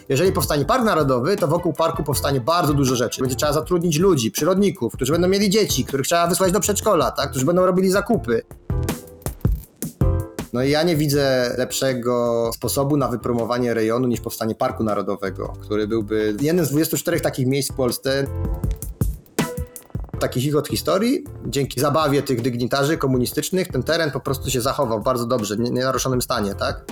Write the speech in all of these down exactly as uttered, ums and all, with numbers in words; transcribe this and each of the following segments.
Jeżeli powstanie park narodowy, to wokół parku powstanie bardzo dużo rzeczy. Będzie trzeba zatrudnić ludzi, przyrodników, którzy będą mieli dzieci, których trzeba wysłać do przedszkola, tak? Którzy będą robili zakupy. No i ja nie widzę lepszego sposobu na wypromowanie rejonu niż powstanie parku narodowego, który byłby jednym z dwudziestu czterech takich miejsc w Polsce. Taki chichot historii, dzięki zabawie tych dygnitarzy komunistycznych ten teren po prostu się zachował bardzo dobrze, w nienaruszonym stanie, tak?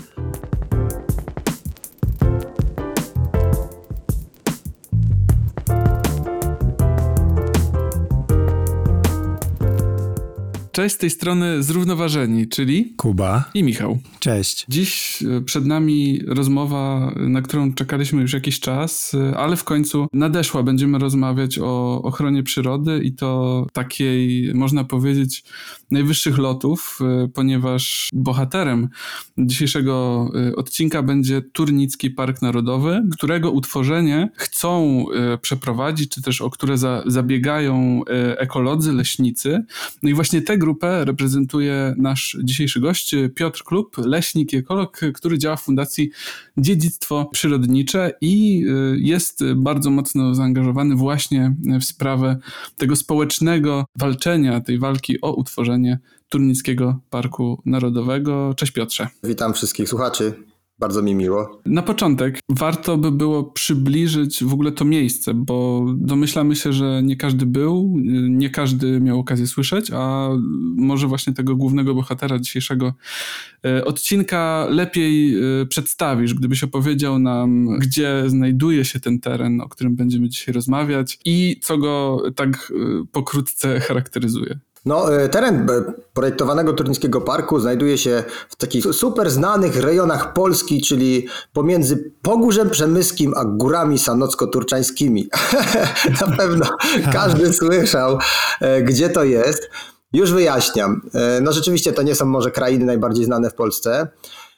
Cześć, z tej strony Zrównoważeni, czyli Kuba i Michał. Cześć. Dziś przed nami rozmowa, na którą czekaliśmy już jakiś czas, ale w końcu nadeszła. Będziemy rozmawiać o ochronie przyrody i to takiej, można powiedzieć, najwyższych lotów, ponieważ bohaterem dzisiejszego odcinka będzie Turnicki Park Narodowy, którego utworzenie chcą przeprowadzić, czy też o które za, zabiegają ekolodzy, leśnicy. No i właśnie tę grupę reprezentuje nasz dzisiejszy gość, Piotr Klub, leśnik i ekolog, który działa w Fundacji Dziedzictwo Przyrodnicze i jest bardzo mocno zaangażowany właśnie w sprawę tego społecznego walczenia, tej walki o utworzenie Turnickiego Parku Narodowego. Cześć Piotrze. Witam wszystkich słuchaczy. Bardzo mi miło. Na początek warto by było przybliżyć w ogóle to miejsce, bo domyślamy się, że nie każdy był, nie każdy miał okazję słyszeć, a może właśnie tego głównego bohatera dzisiejszego odcinka lepiej przedstawisz, gdybyś opowiedział nam, gdzie znajduje się ten teren, o którym będziemy dzisiaj rozmawiać i co go tak pokrótce charakteryzuje. No, teren projektowanego Turnickiego Parku znajduje się w takich super znanych rejonach Polski, czyli pomiędzy Pogórzem Przemyskim a Górami Sanocko-Turczańskimi. Na pewno każdy słyszał, gdzie to jest. Już wyjaśniam. No rzeczywiście to nie są może krainy najbardziej znane w Polsce.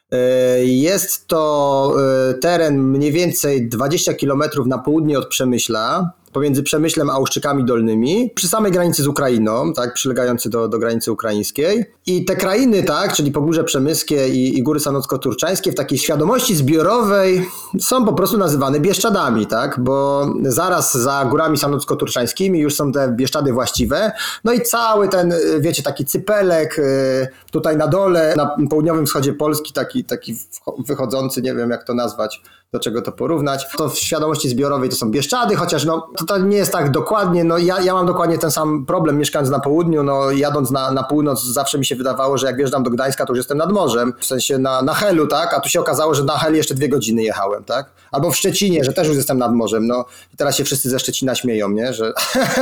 Jest to teren mniej więcej dwadzieścia kilometrów na południe od Przemyśla, pomiędzy Przemyślem a Uszczykami Dolnymi, przy samej granicy z Ukrainą, tak, przylegający do, do granicy ukraińskiej. I te krainy, tak, czyli Pogórze Przemyskie i, i Góry Sanocko-Turczańskie w takiej świadomości zbiorowej są po prostu nazywane Bieszczadami, tak, bo zaraz za Górami Sanocko-Turczańskimi już są te Bieszczady właściwe. No i cały ten, wiecie, taki cypelek tutaj na dole, na południowym wschodzie Polski, taki, taki wychodzący, nie wiem jak to nazwać, do czego to porównać. To w świadomości zbiorowej to są Bieszczady, chociaż no to, to nie jest tak dokładnie, no ja, ja mam dokładnie ten sam problem mieszkając na południu, no jadąc na, na północ zawsze mi się wydawało, że jak wjeżdżam do Gdańska, to już jestem nad morzem, w sensie na, na Helu, tak, a tu się okazało, że na Hel jeszcze dwie godziny jechałem, tak, albo w Szczecinie, że też już jestem nad morzem, no i teraz się wszyscy ze Szczecina śmieją, nie, że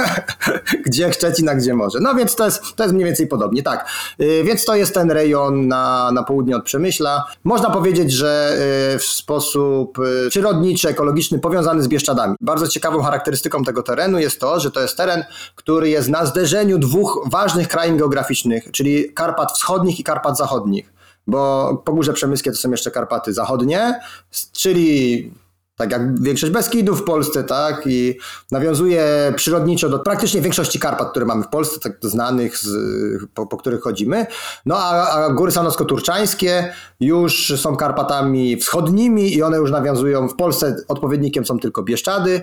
gdzie Szczecin, a gdzie morze, no więc to jest, to jest mniej więcej podobnie, tak, yy, więc to jest ten rejon na, na południe od Przemyśla. Można powiedzieć, że yy, w sposób yy, przyrodniczy, ekologiczny powiązany z Bieszczadami. Bardzo ciekawą charakterystyką tego terenu jest to, że to jest teren, który jest na zderzeniu dwóch ważnych krain geograficznych, czyli Karpat Wschodnich i Karpat Zachodnich, bo Pogórze Przemyskie to są jeszcze Karpaty Zachodnie, czyli tak jak większość Beskidów w Polsce, tak, i nawiązuje przyrodniczo do praktycznie większości Karpat, które mamy w Polsce, tak znanych, z, po, po których chodzimy. No a, a Góry Sanocko-Turczańskie już są Karpatami Wschodnimi i one już nawiązują, w Polsce odpowiednikiem są tylko Bieszczady,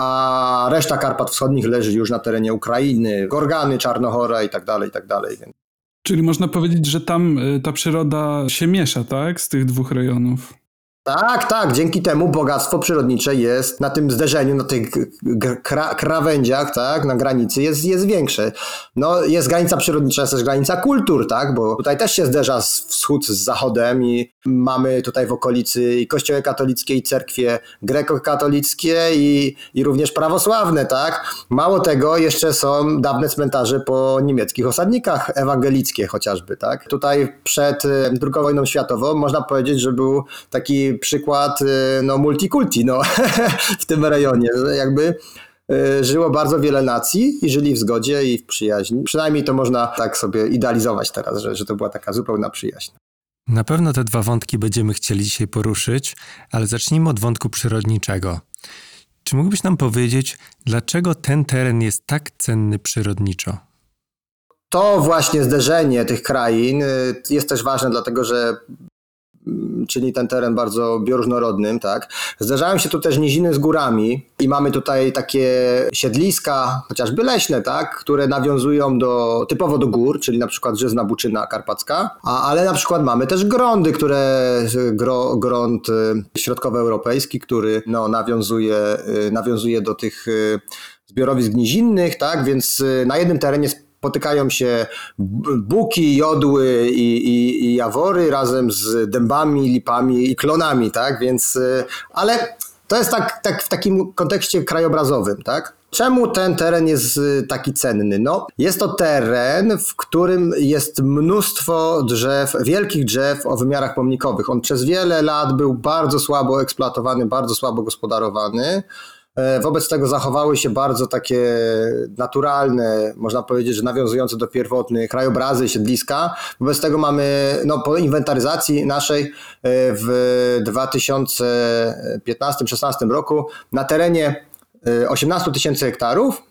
a reszta Karpat Wschodnich leży już na terenie Ukrainy, Gorgany, Czarnochora i tak dalej, i tak dalej. Czyli można powiedzieć, że tam ta przyroda się miesza, tak, z tych dwóch rejonów. Tak, tak. Dzięki temu bogactwo przyrodnicze jest na tym zderzeniu, na tych kra- krawędziach, tak, na granicy jest, jest większe. No, jest granica przyrodnicza, jest też granica kultur, tak, bo tutaj też się zderza wschód z zachodem i mamy tutaj w okolicy i kościoły katolickie, i cerkwie grekokatolickie i, i również prawosławne, tak. Mało tego, jeszcze są dawne cmentarze po niemieckich osadnikach, ewangelickie chociażby, tak. Tutaj przed drugą wojną światową można powiedzieć, że był taki przykład no multikulti no, w tym rejonie, jakby żyło bardzo wiele nacji i żyli w zgodzie i w przyjaźni. Przynajmniej to można tak sobie idealizować teraz, że, że to była taka zupełna przyjaźń. Na pewno te dwa wątki będziemy chcieli dzisiaj poruszyć, ale zacznijmy od wątku przyrodniczego. Czy mógłbyś nam powiedzieć, dlaczego ten teren jest tak cenny przyrodniczo? To właśnie zderzenie tych krain jest też ważne, dlatego że czyni ten teren bardzo bioróżnorodnym, tak. Zdarzają się tu też niziny z górami i mamy tutaj takie siedliska, chociażby leśne, tak, które nawiązują do, typowo do gór, czyli na przykład Żyzna Buczyna Karpacka, a, ale na przykład mamy też grądy, które, gro, grąd środkowoeuropejski, który no, nawiązuje, nawiązuje do tych zbiorowisk nizinnych, tak, więc na jednym terenie spotykają się buki, jodły i, i, i jawory razem z dębami, lipami i klonami, tak, więc, ale to jest tak, tak w takim kontekście krajobrazowym, tak. Czemu ten teren jest taki cenny? No, jest to teren, w którym jest mnóstwo drzew, wielkich drzew o wymiarach pomnikowych. On przez wiele lat był bardzo słabo eksploatowany, bardzo słabo gospodarowany. Wobec tego zachowały się bardzo takie naturalne, można powiedzieć, że nawiązujące do pierwotnych krajobrazy, siedliska. Wobec tego mamy, no, po inwentaryzacji naszej w dwa tysiące piętnastym szesnastym roku na terenie osiemnaście tysięcy hektarów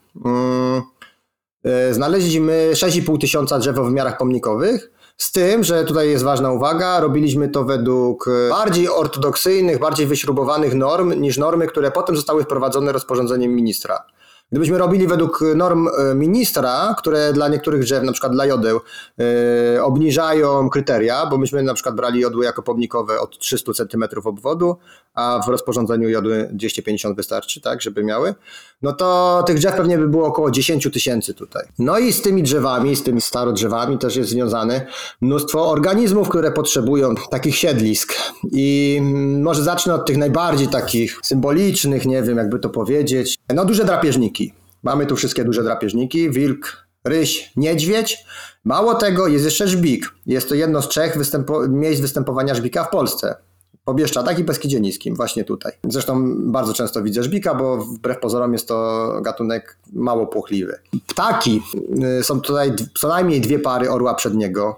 znaleźliśmy sześć i pół tysiąca drzew o wymiarach pomnikowych. Z tym, że tutaj jest ważna uwaga, robiliśmy to według bardziej ortodoksyjnych, bardziej wyśrubowanych norm niż normy, które potem zostały wprowadzone rozporządzeniem ministra. Gdybyśmy robili według norm ministra, które dla niektórych drzew, na przykład dla jodeł, yy, obniżają kryteria, bo myśmy na przykład brali jodły jako pomnikowe od trzysta centymetrów obwodu, a w rozporządzeniu jodły dwieście pięćdziesiąt wystarczy, tak, żeby miały, no to tych drzew pewnie by było około dziesięć tysięcy tutaj. No i z tymi drzewami, z tymi starodrzewami też jest związane mnóstwo organizmów, które potrzebują takich siedlisk. I może zacznę od tych najbardziej takich symbolicznych, nie wiem jakby to powiedzieć, no duże drapieżniki. Mamy tu wszystkie duże drapieżniki, wilk, ryś, niedźwiedź. Mało tego, jest jeszcze żbik. Jest to jedno z trzech występo- miejsc występowania żbika w Polsce. Po Bieszczadach i Beskidzie Niskim, właśnie tutaj. Zresztą bardzo często widzę żbika, bo wbrew pozorom jest to gatunek mało płochliwy. Ptaki, są tutaj co najmniej dwie pary orła przedniego.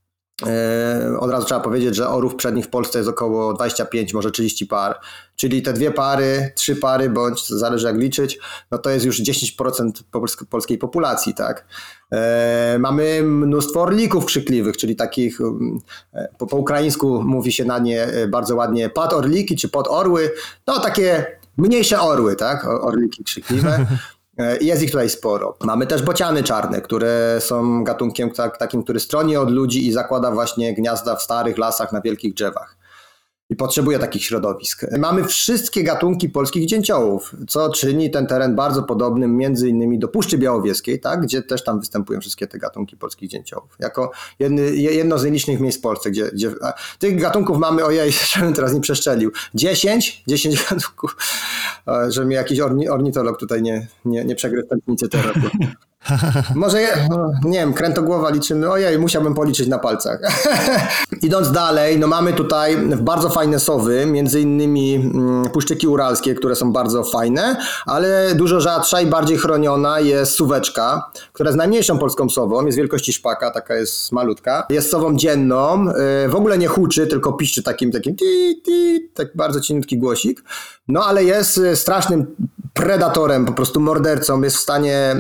Od razu trzeba powiedzieć, że orłów przednich w Polsce jest około dwadzieścia pięć, może trzydzieści par, czyli te dwie pary, trzy pary, bądź zależy jak liczyć, no to jest już dziesięć procent polskiej populacji, tak. E, mamy mnóstwo orlików krzykliwych, czyli takich, po, po ukraińsku mówi się na nie bardzo ładnie podorliki czy podorły, no takie mniejsze orły, tak, orliki krzykliwe. Jest ich tutaj sporo. Mamy też bociany czarne, które są gatunkiem tak, takim, który stroni od ludzi i zakłada właśnie gniazda w starych lasach na wielkich drzewach. I potrzebuje takich środowisk. Mamy wszystkie gatunki polskich dzięciołów, co czyni ten teren bardzo podobnym między innymi do Puszczy Białowieskiej, tak, gdzie też tam występują wszystkie te gatunki polskich dzięciołów. Jako jedny, jedno z nielicznych miejsc w Polsce, gdzie, gdzie tych gatunków mamy, ojej, żebym teraz nie przeszczelił, dziesięć, dziesięć gatunków, żeby mi jakiś orni, ornitolog tutaj nie, nie, nie przegryzł tętnicy terenu. Może, nie wiem, krętogłowa liczymy, ojej, musiałbym policzyć na palcach. Idąc dalej, no mamy tutaj bardzo fajne sowy, między innymi puszczyki uralskie, które są bardzo fajne, ale dużo rzadsza i bardziej chroniona jest suweczka, która jest najmniejszą polską sową, jest wielkości szpaka, taka jest malutka. Jest sową dzienną, w ogóle nie huczy, tylko piszczy takim, takim ti, ti, tak bardzo cieniutki głosik, no ale jest strasznym predatorem, po prostu mordercą, jest w stanie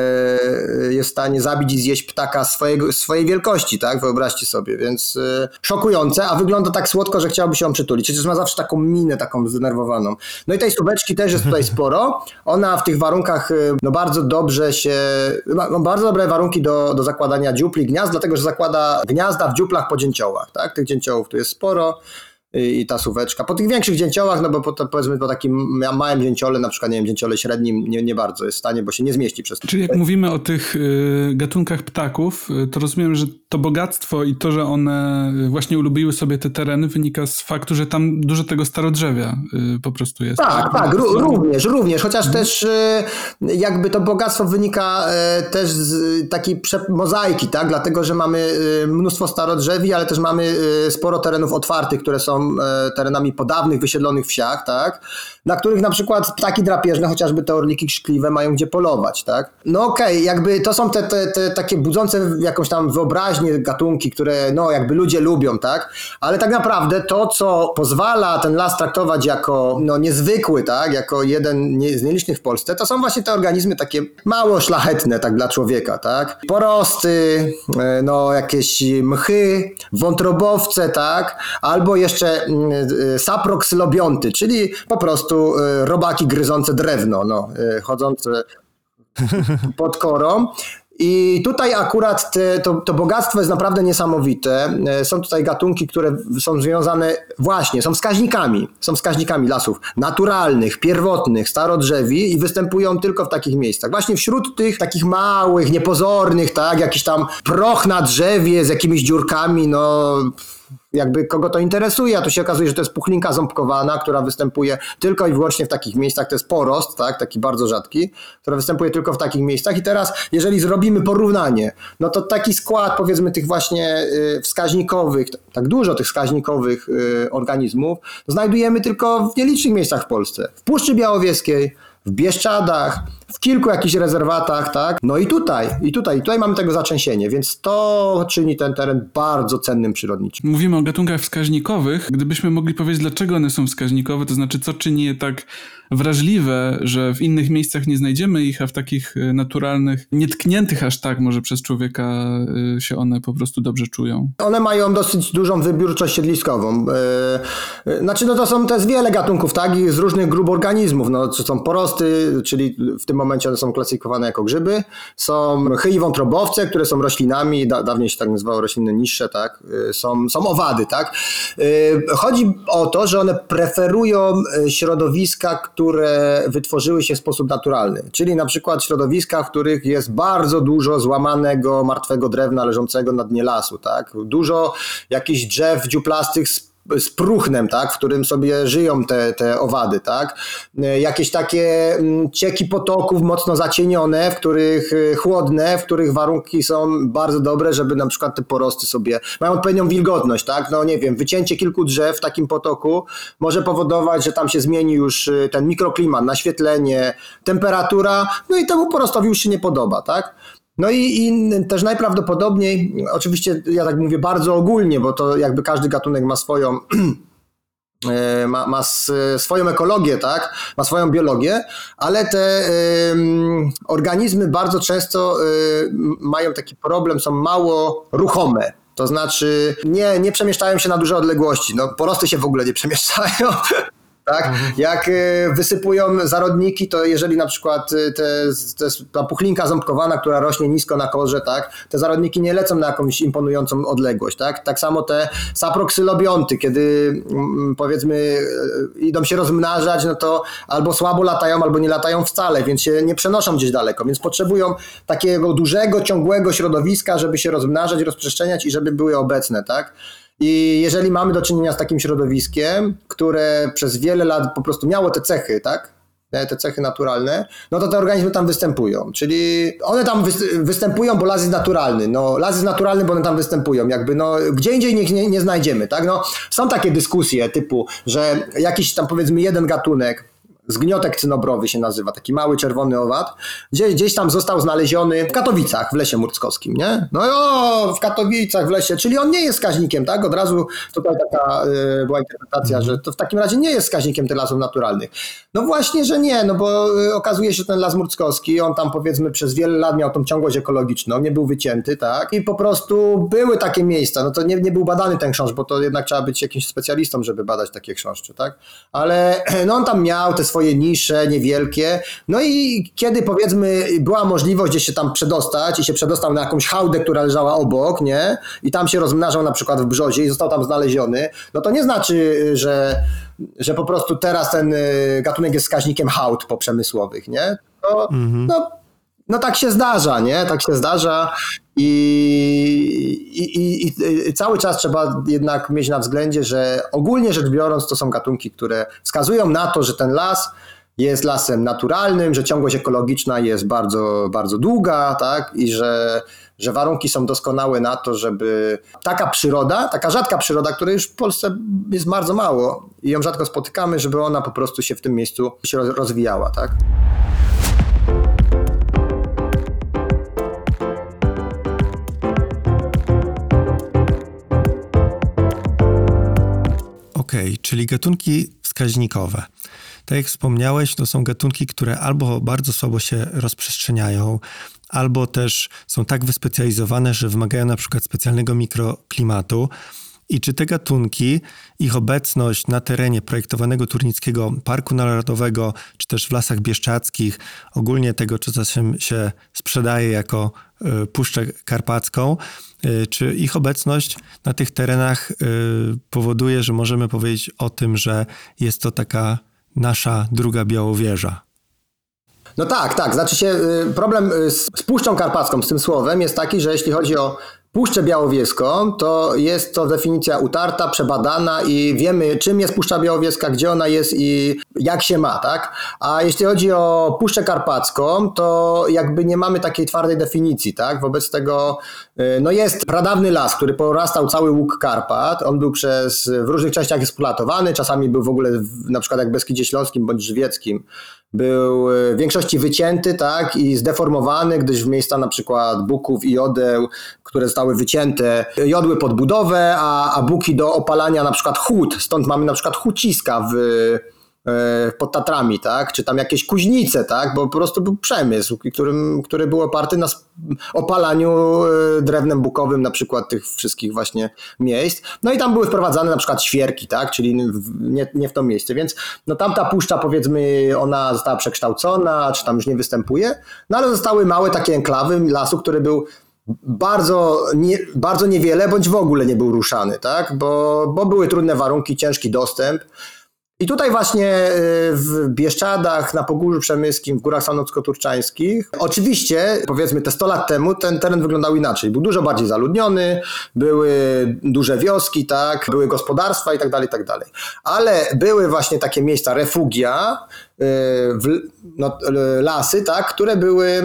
jest w stanie zabić i zjeść ptaka swojego, swojej wielkości, tak? Wyobraźcie sobie, więc y, szokujące, a wygląda tak słodko, że chciałoby się ją przytulić. Przecież ma zawsze taką minę, taką zdenerwowaną. No i tej suweczki też jest tutaj sporo. Ona w tych warunkach y, no bardzo dobrze się, ma no bardzo dobre warunki do, do zakładania dziupli, gniazd, dlatego, że zakłada gniazda w dziuplach po dzięciołach, tak? Tych dzięciołów tu jest sporo. I ta suweczka. Po tych większych dzięciołach, no bo po, powiedzmy po takim małym dzięciole, na przykład nie wiem, dzięciole średnim nie, nie bardzo jest w stanie, bo się nie zmieści przez to. Czyli jak mówimy o tych y, gatunkach ptaków, y, to rozumiem, że to bogactwo i to, że one właśnie ulubiły sobie te tereny, wynika z faktu, że tam dużo tego starodrzewia y, po prostu jest. Tak, tak, tak ró- również, również, chociaż hmm. też y, jakby to bogactwo wynika y, też z takiej prze- mozaiki, tak, dlatego, że mamy y, mnóstwo starodrzewi, ale też mamy y, sporo terenów otwartych, które są terenami po dawnych, wysiedlonych wsiach, tak, na których na przykład ptaki drapieżne, chociażby te orliki krzykliwe, mają gdzie polować, tak. No okej, okay, jakby to są te, te, te takie budzące jakąś tam wyobraźnię przeważnie gatunki, które no jakby ludzie lubią, tak? Ale tak naprawdę to, co pozwala ten las traktować jako no niezwykły, tak? Jako jeden z nielicznych w Polsce, to są właśnie te organizmy takie mało szlachetne, tak, dla człowieka, tak? Porosty, no jakieś mchy, wątrobowce, tak? Albo jeszcze saproksylobionty, czyli po prostu robaki gryzące drewno, no, chodzące pod korą. I tutaj akurat te, to, to bogactwo jest naprawdę niesamowite. Są tutaj gatunki, które są związane właśnie, są wskaźnikami, są wskaźnikami lasów naturalnych, pierwotnych, starodrzewi i występują tylko w takich miejscach. Właśnie wśród tych takich małych, niepozornych, tak, jakiś tam proch na drzewie z jakimiś dziurkami, no jakby kogo to interesuje, a tu się okazuje, że to jest puchlinka ząbkowana, która występuje tylko i wyłącznie w takich miejscach, to jest porost, tak, taki bardzo rzadki, która występuje tylko w takich miejscach i teraz, jeżeli zrobimy porównanie, no to taki skład, powiedzmy, tych właśnie y, wskaźnikowych, tak dużo tych wskaźnikowych y, organizmów, znajdujemy tylko w nielicznych miejscach w Polsce. W Puszczy Białowieskiej, w Bieszczadach, w kilku jakichś rezerwatach, tak? No i tutaj, i tutaj, i tutaj mamy tego zatrzęsienie, więc to czyni ten teren bardzo cennym przyrodniczo. Mówimy o gatunkach wskaźnikowych. Gdybyśmy mogli powiedzieć, dlaczego one są wskaźnikowe, to znaczy co czyni je tak wrażliwe, że w innych miejscach nie znajdziemy ich, a w takich naturalnych, nietkniętych aż tak może przez człowieka się one po prostu dobrze czują. One mają dosyć dużą wybiórczość siedliskową. Znaczy no to są, to jest wiele gatunków, tak? I z różnych grup organizmów. No, to są porosty, czyli w tym momencie one są klasyfikowane jako grzyby. Są mchy i wątrobowce, które są roślinami, da, dawniej się tak nazywało rośliny niższe, tak? Są, są owady, tak? Chodzi o to, że one preferują środowiska, które wytworzyły się w sposób naturalny, czyli na przykład środowiska, w których jest bardzo dużo złamanego, martwego drewna leżącego na dnie lasu, tak? Dużo jakichś drzew dziuplastych z z próchnem, tak, w którym sobie żyją te, te owady, tak, jakieś takie cieki potoków mocno zacienione, w których chłodne, w których warunki są bardzo dobre, żeby na przykład te porosty sobie, mają odpowiednią wilgotność, tak, no nie wiem, wycięcie kilku drzew w takim potoku może powodować, że tam się zmieni już ten mikroklimat, naświetlenie, temperatura, no i temu porostowi już się nie podoba, tak. No i, i też najprawdopodobniej, oczywiście ja tak mówię bardzo ogólnie, bo to jakby każdy gatunek ma swoją, ma, ma swoją ekologię, tak? Ma swoją biologię, ale te um, organizmy bardzo często um, mają taki problem, są mało ruchome. To znaczy nie, nie przemieszczają się na duże odległości. No, porosty się w ogóle nie przemieszczają. Tak? Jak wysypują zarodniki, to jeżeli na przykład te, te, ta puchlinka ząbkowana, która rośnie nisko na korze, tak? Te zarodniki nie lecą na jakąś imponującą odległość. Tak, tak samo te saproksylobionty, kiedy powiedzmy idą się rozmnażać, no to albo słabo latają, albo nie latają wcale, więc się nie przenoszą gdzieś daleko, więc potrzebują takiego dużego, ciągłego środowiska, żeby się rozmnażać, rozprzestrzeniać i żeby były obecne, tak? I jeżeli mamy do czynienia z takim środowiskiem, które przez wiele lat po prostu miało te cechy, tak? Te cechy naturalne, no to te organizmy tam występują. Czyli one tam występują, bo las jest naturalny. No, las jest naturalny, bo one tam występują. Jakby no, gdzie indziej ich nie, nie znajdziemy, tak? No, są takie dyskusje typu, że jakiś tam powiedzmy jeden gatunek, zgniotek cynobrowy się nazywa, taki mały czerwony owad, gdzie, gdzieś tam został znaleziony w Katowicach, w lesie murckowskim, nie? No o, w Katowicach, w lesie, czyli on nie jest wskaźnikiem, tak? Od razu tutaj taka y, była interpretacja, że to w takim razie nie jest wskaźnikiem tych lasów naturalnych. No właśnie, że nie, no bo y, okazuje się, że ten las murckowski, on tam powiedzmy przez wiele lat miał tą ciągłość ekologiczną, nie był wycięty, tak? I po prostu były takie miejsca, no to nie, nie był badany ten chrząszcz, bo to jednak trzeba być jakimś specjalistą, żeby badać takie chrząszcze, tak? Ale no on tam miał te swoje nisze niewielkie, no i kiedy powiedzmy była możliwość gdzieś się tam przedostać i się przedostał na jakąś hałdę, która leżała obok, nie? I tam się rozmnażał na przykład w brzozie i został tam znaleziony, no to nie znaczy, że, że po prostu teraz ten gatunek jest wskaźnikiem hałd poprzemysłowych, nie? To, mhm. no, no tak się zdarza, nie? Tak się zdarza i, i, i, i cały czas trzeba jednak mieć na względzie, że ogólnie rzecz biorąc to są gatunki, które wskazują na to, że ten las jest lasem naturalnym, że ciągłość ekologiczna jest bardzo, bardzo długa, tak? I że, że warunki są doskonałe na to, żeby taka przyroda, taka rzadka przyroda, której już w Polsce jest bardzo mało i ją rzadko spotykamy, żeby ona po prostu się w tym miejscu się rozwijała, tak? Okej, okay, czyli gatunki wskaźnikowe. Tak jak wspomniałeś, to są gatunki, które albo bardzo słabo się rozprzestrzeniają, albo też są tak wyspecjalizowane, że wymagają na przykład specjalnego mikroklimatu. I czy te gatunki, ich obecność na terenie projektowanego Turnickiego Parku Narodowego, czy też w Lasach Bieszczadzkich, ogólnie tego, co czasem się sprzedaje jako y, Puszczę Karpacką, y, czy ich obecność na tych terenach y, powoduje, że możemy powiedzieć o tym, że jest to taka nasza druga Białowieża? No tak, tak. Znaczy się problem z, z Puszczą Karpacką, z tym słowem jest taki, że jeśli chodzi o Puszczę Białowieską, to jest to definicja utarta, przebadana i wiemy, czym jest Puszcza Białowieska, gdzie ona jest i jak się ma, tak? A jeśli chodzi o Puszczę Karpacką, to jakby nie mamy takiej twardej definicji, tak? Wobec tego no jest pradawny las, który porastał cały łuk Karpat. On był przez, w różnych częściach eksploatowany, czasami był w ogóle w, na przykład jak w Beskidzie Śląskim bądź Żywieckim. Był w większości wycięty, tak, i zdeformowany, gdyż w miejsca na przykład buków i jodeł, które zostały wycięte, jodły pod budowę, a, a buki do opalania na przykład hut. Stąd mamy na przykład huciska w, pod Tatrami, tak, czy tam jakieś kuźnice, tak, bo po prostu był przemysł, którym, który był oparty na opalaniu drewnem bukowym na przykład tych wszystkich właśnie miejsc. No i tam były wprowadzane na przykład świerki, tak, czyli nie, nie w to miejsce, więc no tamta puszcza, powiedzmy, ona została przekształcona, czy tam już nie występuje, no ale zostały małe takie enklawy lasu, który był bardzo, nie, bardzo niewiele, bądź w ogóle nie był ruszany, tak, bo, bo były trudne warunki, ciężki dostęp. I tutaj właśnie w Bieszczadach, na Pogórzu Przemyskim, w Górach Sanocko-Turczańskich, oczywiście powiedzmy te sto lat temu ten teren wyglądał inaczej. Był dużo bardziej zaludniony, były duże wioski, tak, były gospodarstwa i tak dalej, i tak dalej. Ale były właśnie takie miejsca, refugia, w, no, lasy, tak, które były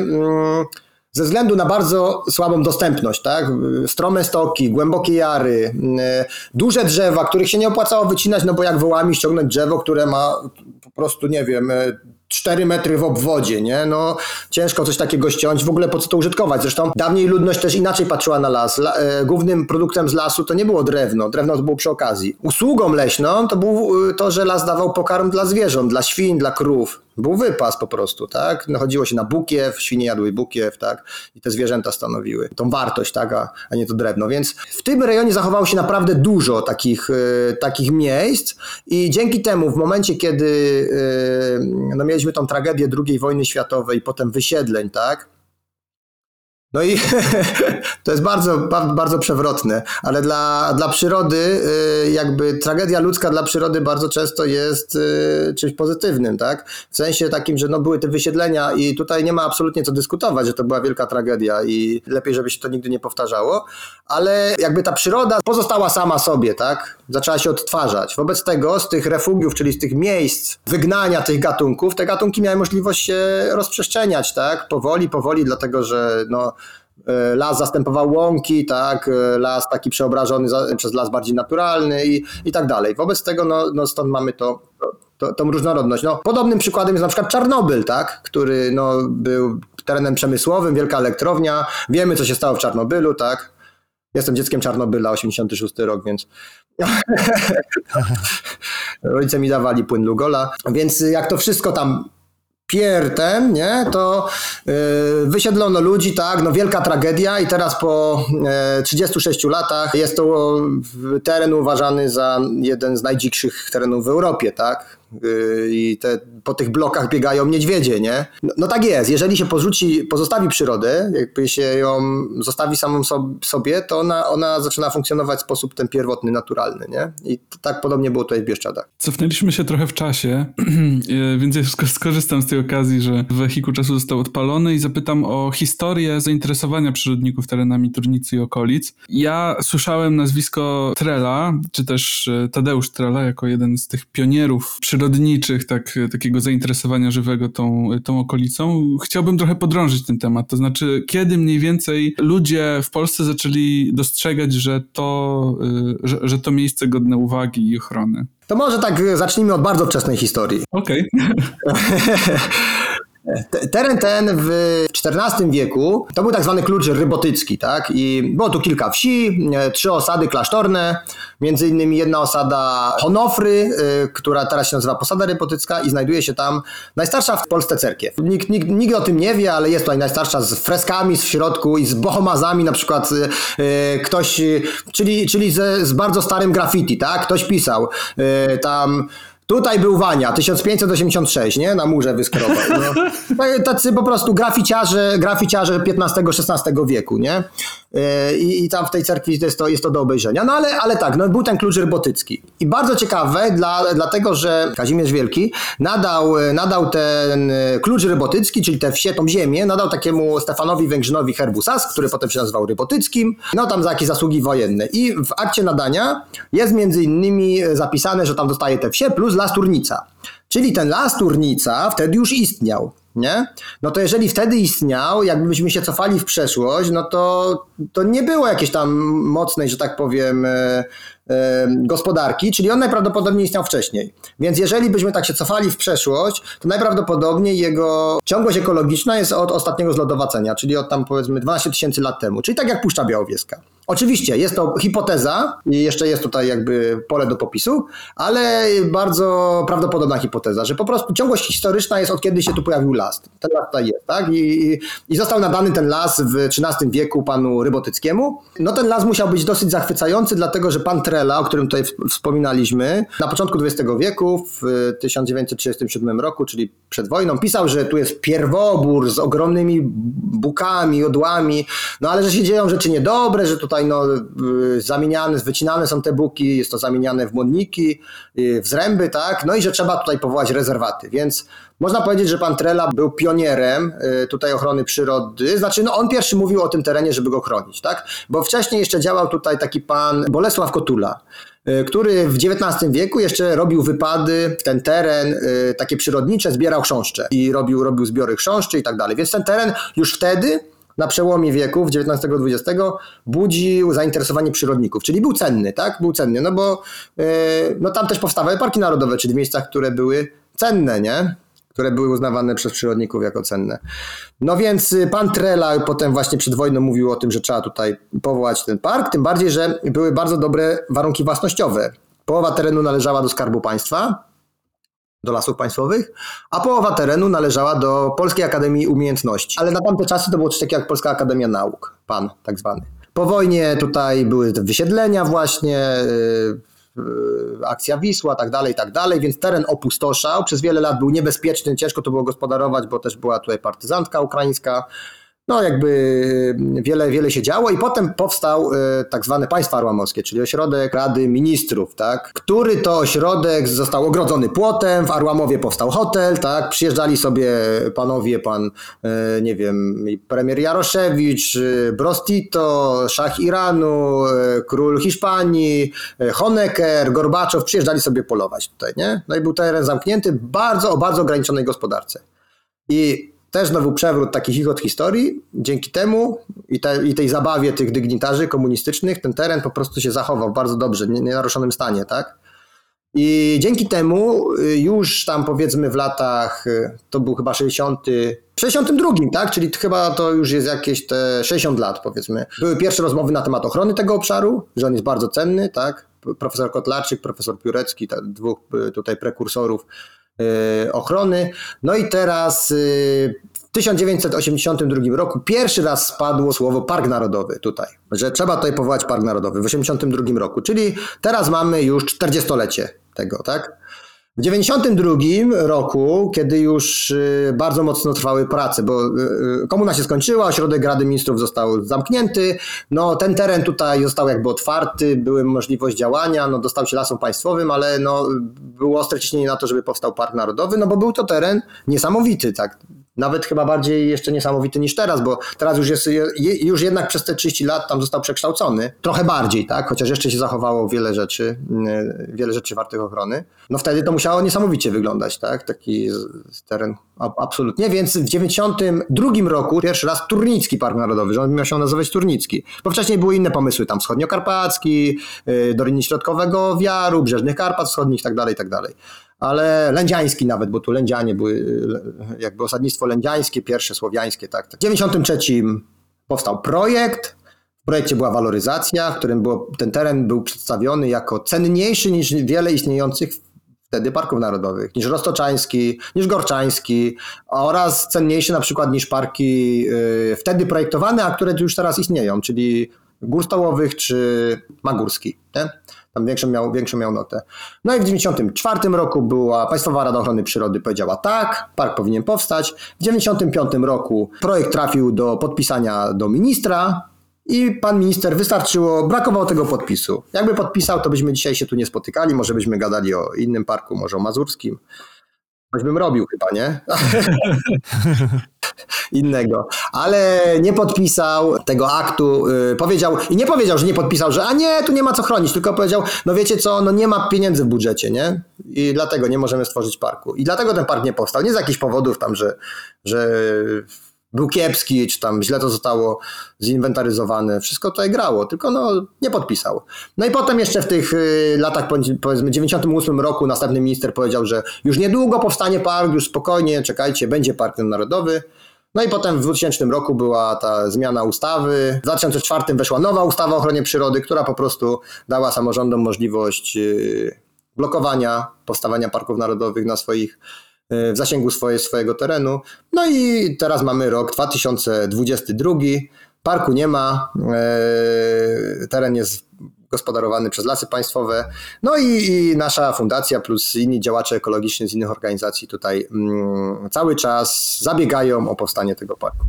ze względu na bardzo słabą dostępność, tak? Strome stoki, głębokie jary, duże drzewa, których się nie opłacało wycinać, no bo jak wołami ściągnąć drzewo, które ma po prostu, nie wiem, cztery metry w obwodzie, nie? No ciężko coś takiego ściąć, w ogóle po co to użytkować? Zresztą dawniej ludność też inaczej patrzyła na las. La, e, głównym produktem z lasu to nie było drewno, drewno to było przy okazji. Usługą leśną to był to, że las dawał pokarm dla zwierząt, dla świń, dla krów. Był wypas po prostu, tak? No, chodziło się na bukiew, świnie jadły bukiew, tak? I te zwierzęta stanowiły tą wartość, tak? A, a nie to drewno. Więc w tym rejonie zachowało się naprawdę dużo takich, y, takich miejsc i dzięki temu w momencie, kiedy y, no, mieliśmy tą tragedię drugiej wojny światowej i potem wysiedleń, tak? No i to jest bardzo, bardzo przewrotne, ale dla, dla przyrody jakby tragedia ludzka dla przyrody bardzo często jest czymś pozytywnym, tak? W sensie takim, że no były te wysiedlenia i tutaj nie ma absolutnie co dyskutować, że to była wielka tragedia i lepiej, żeby się to nigdy nie powtarzało, ale jakby ta przyroda pozostała sama sobie, tak? Zaczęła się odtwarzać. Wobec tego z tych refugiów, czyli z tych miejsc wygnania tych gatunków, te gatunki miały możliwość się rozprzestrzeniać, tak? Powoli, powoli, dlatego że no las zastępował łąki, tak, las taki przeobrażony za, przez las bardziej naturalny i, i tak dalej. Wobec tego no, no stąd mamy to, to, tą różnorodność. No, podobnym przykładem jest na przykład Czarnobyl, tak, który no, był terenem przemysłowym, wielka elektrownia. Wiemy, co się stało w Czarnobylu, tak. Jestem dzieckiem Czarnobyla, osiemdziesiąty szósty rok, więc rodzice mi dawali płyn Lugola, więc jak to wszystko tam piertem, nie, to yy, wysiedlono ludzi, tak, no wielka tragedia i teraz po yy, trzydziestu sześciu latach jest to teren uważany za jeden z najdzikszych terenów w Europie, tak, yy, i te, po tych blokach biegają niedźwiedzie, nie, no, no tak jest, jeżeli się porzuci, pozostawi przyrodę, jakby się ją zostawi samą sobie, to ona, ona zaczyna funkcjonować w sposób ten pierwotny, naturalny, nie, i to, tak podobnie było tutaj w Bieszczadach. Cofnęliśmy się trochę w czasie, więc ja skorzystam z tej okazji, że wehikuł czasu został odpalony i zapytam o historię zainteresowania przyrodników terenami Turnicy i okolic. Ja słyszałem nazwisko Trela, czy też Tadeusz Trela, jako jeden z tych pionierów przyrodniczych, tak, takiego zainteresowania żywego tą, tą okolicą. Chciałbym trochę podrążyć ten temat, to znaczy kiedy mniej więcej ludzie w Polsce zaczęli dostrzegać, że to, że, że to miejsce godne uwagi i ochrony. To może tak zacznijmy od bardzo wczesnej historii. Okej. Okay. Teren ten w czternastym wieku to był tak zwany klucz rybotycki, tak? I było tu kilka wsi, trzy osady klasztorne, między innymi jedna osada Honofry, która teraz się nazywa Posada Rybotycka i znajduje się tam najstarsza w Polsce cerkiew. Nikt, nikt, nikt o tym nie wie, ale jest tutaj najstarsza z freskami w środku i z bohomazami, na przykład yy, ktoś, czyli, czyli ze, z bardzo starym graffiti, tak? Ktoś pisał yy, tam... Tutaj był Wania, tysiąc pięćset osiemdziesiąt sześć, nie? Na murze wyskrobał. No. Tacy po prostu graficiarze, graficiarze piętnastego szesnastego wieku, nie? I, I tam w tej cerkwi jest to, jest to do obejrzenia. No ale, ale tak, no był ten klucz rybotycki. I bardzo ciekawe, dla, dlatego że Kazimierz Wielki nadał, nadał ten klucz rybotycki, czyli tę wsię, tą ziemię, nadał takiemu Stefanowi Węgrzynowi herbu Sask, który potem się nazywał Rybotyckim, no tam za jakieś zasługi wojenne. I w akcie nadania jest między innymi zapisane, że tam dostaje tę wsię plus las Turnica. Czyli ten las Turnica wtedy już istniał, nie? No to jeżeli wtedy istniał, jakbyśmy się cofali w przeszłość, no to, to nie było jakiejś tam mocnej, że tak powiem, e, e, gospodarki, czyli on najprawdopodobniej istniał wcześniej. Więc jeżeli byśmy tak się cofali w przeszłość, to najprawdopodobniej jego ciągłość ekologiczna jest od ostatniego zlodowacenia, czyli od tam powiedzmy dwanaście tysięcy lat temu, czyli tak jak Puszcza Białowieska. Oczywiście jest to hipoteza i jeszcze jest tutaj jakby pole do popisu, ale bardzo prawdopodobna hipoteza, że po prostu ciągłość historyczna jest od kiedy się tu pojawił las. Ten las tutaj jest, tak? I, i został nadany ten las w trzynastym wieku panu Rybotyckiemu. No ten las musiał być dosyć zachwycający, dlatego że pan Trela, o którym tutaj wspominaliśmy, na początku dwudziestego wieku, w tysiąc dziewięćset trzydziestym siódmym roku, czyli przed wojną, pisał, że tu jest pierwobór z ogromnymi bukami, odłami, no ale że się dzieją rzeczy niedobre, że tutaj no, zamieniane, wycinane są te buki, jest to zamieniane w młodniki, w zręby, tak? No i że trzeba tutaj powołać rezerwaty, więc można powiedzieć, że pan Trela był pionierem tutaj ochrony przyrody, znaczy no on pierwszy mówił o tym terenie, żeby go chronić, tak? Bo wcześniej jeszcze działał tutaj taki pan Bolesław Kotula, który w dziewiętnastym wieku jeszcze robił wypady w ten teren takie przyrodnicze, zbierał chrząszcze i robił, robił zbiory chrząszczy i tak dalej, więc ten teren już wtedy na przełomie wieków dziewiętnastego dwudziestego budził zainteresowanie przyrodników, czyli był cenny, tak? Był cenny, no bo yy, no tam też powstawały parki narodowe, czyli w miejscach, które były cenne, nie? Które były uznawane przez przyrodników jako cenne. No więc pan Trela potem właśnie przed wojną mówił o tym, że trzeba tutaj powołać ten park, tym bardziej, że były bardzo dobre warunki własnościowe. Połowa terenu należała do Skarbu Państwa, do Lasów Państwowych, a połowa terenu należała do Polskiej Akademii Umiejętności. Ale na tamte czasy to było coś takiego jak Polska Akademia Nauk, pan tak zwany. Po wojnie tutaj były te wysiedlenia właśnie, yy, yy, akcja Wisła, tak dalej, tak dalej, więc teren opustoszał, przez wiele lat był niebezpieczny, ciężko to było gospodarować, bo też była tutaj partyzantka ukraińska. No jakby wiele, wiele się działo i potem powstał y, tak zwane państwa arłamorskie, czyli ośrodek Rady Ministrów, tak, który to ośrodek został ogrodzony płotem, w Arłamowie powstał hotel, tak, przyjeżdżali sobie panowie, pan, y, nie wiem, premier Jaroszewicz, y, Broz Tito, szach Iranu, y, król Hiszpanii, y, Honecker, Gorbaczow, przyjeżdżali sobie polować tutaj, nie? No i był teren zamknięty bardzo, o bardzo ograniczonej gospodarce. I też znowu przewrót, taki chichot historii. Dzięki temu i, te, i tej zabawie tych dygnitarzy komunistycznych ten teren po prostu się zachował bardzo dobrze, w nienaruszonym stanie, tak? I dzięki temu już tam powiedzmy w latach, to był chyba sześćdziesiąty, sześćdziesiątym drugim, tak? Czyli chyba to już jest jakieś te sześćdziesiąt lat powiedzmy. Były pierwsze rozmowy na temat ochrony tego obszaru, że on jest bardzo cenny, tak? Profesor Kotlarczyk, profesor Piórecki, tak, dwóch tutaj prekursorów ochrony. No i teraz w tysiąc dziewięćset osiemdziesiątym drugim roku pierwszy raz spadło słowo park narodowy tutaj, że trzeba tutaj powołać park narodowy w osiemdziesiątym drugim roku, czyli teraz mamy już czterdziestolecie tego, tak? W dziewięćdziesiątym drugim roku, kiedy już bardzo mocno trwały prace, bo komuna się skończyła, ośrodek Rady Ministrów został zamknięty, no ten teren tutaj został jakby otwarty, były możliwość działania, no dostał się Lasom Państwowym, ale no było ostre ciśnienie na to, żeby powstał Park Narodowy, no bo był to teren niesamowity, tak. Nawet chyba bardziej jeszcze niesamowity niż teraz, bo teraz już jest, już jednak przez te trzydzieści lat tam został przekształcony. Trochę bardziej, tak? Chociaż jeszcze się zachowało wiele rzeczy, wiele rzeczy wartych ochrony. No wtedy to musiało niesamowicie wyglądać, tak? Taki teren absolutnie. Więc w dziewięćdziesiątym drugim roku pierwszy raz Turnicki Park Narodowy, że on miał się nazywać Turnicki. Bo wcześniej były inne pomysły, tam wschodniokarpacki, Doliny Środkowego Wiaru, Brzeżnych Karpat Wschodnich i tak dalej, i tak dalej. ale lędziański nawet, bo tu Lędzianie były, jakby osadnictwo lędziańskie, pierwsze słowiańskie, tak. W dziewięćdziesiątym trzecim powstał projekt, w projekcie była waloryzacja, w którym było, ten teren był przedstawiony jako cenniejszy niż wiele istniejących wtedy parków narodowych, niż Roztoczański, niż Gorczański oraz cenniejszy na przykład niż parki yy, wtedy projektowane, a które już teraz istnieją, czyli Gór Stołowych czy Magórski, nie? Tam większą miał, większą miał notę. No i w dziewięćdziesiątym czwartym roku była Państwowa Rada Ochrony Przyrody, powiedziała tak, park powinien powstać. W dziewięćdziesiątym piątym roku projekt trafił do podpisania do ministra i pan minister, wystarczyło, brakowało tego podpisu. Jakby podpisał, to byśmy dzisiaj się tu nie spotykali, może byśmy gadali o innym parku, może o mazurskim. Choć bym robił chyba, nie? Innego. Ale nie podpisał tego aktu, yy, powiedział, i nie powiedział, że nie podpisał, że a nie, tu nie ma co chronić, tylko powiedział, no wiecie co, no nie ma pieniędzy w budżecie, nie? I dlatego nie możemy stworzyć parku. I dlatego ten park nie powstał. Nie z jakichś powodów tam, że, że był kiepski, czy tam źle to zostało zinwentaryzowane. Wszystko tutaj grało, tylko no nie podpisał. No i potem jeszcze w tych y, latach, powiedzmy dziewięćdziesiątym ósmym roku następny minister powiedział, że już niedługo powstanie park, już spokojnie, czekajcie, będzie park narodowy. No i potem w dwutysięcznym roku była ta zmiana ustawy. W dwa tysiące czwartym weszła nowa ustawa o ochronie przyrody, która po prostu dała samorządom możliwość y, blokowania powstawania parków narodowych na swoich w zasięgu swoje, swojego terenu. No i teraz mamy rok dwa tysiące dwudziesty drugi, parku nie ma, e, teren jest gospodarowany przez Lasy Państwowe, no i, i nasza fundacja plus inni działacze ekologiczni z innych organizacji tutaj mm, cały czas zabiegają o powstanie tego parku.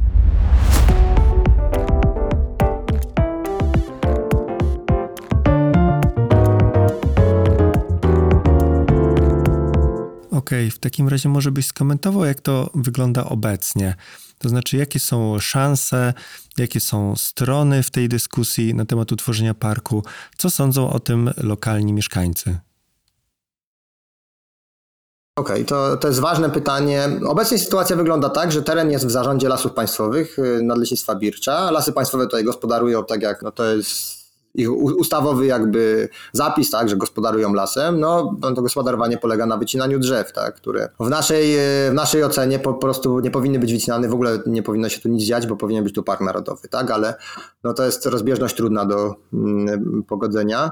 Okej, w takim razie może byś skomentował, jak to wygląda obecnie. To znaczy, jakie są szanse, jakie są strony w tej dyskusji na temat utworzenia parku, co sądzą o tym lokalni mieszkańcy? Okej, okay, to, to jest ważne pytanie. Obecnie sytuacja wygląda tak, że teren jest w zarządzie Lasów Państwowych, Nadleśnictwa Bircza. Lasy Państwowe tutaj gospodarują tak jak, no to jest ich ustawowy jakby zapis, tak, że gospodarują lasem, no to gospodarowanie polega na wycinaniu drzew, tak, które w naszej, w naszej ocenie po prostu nie powinny być wycinane, w ogóle nie powinno się tu nic dziać, bo powinien być tu park narodowy, tak, ale no to jest rozbieżność trudna do mm, pogodzenia.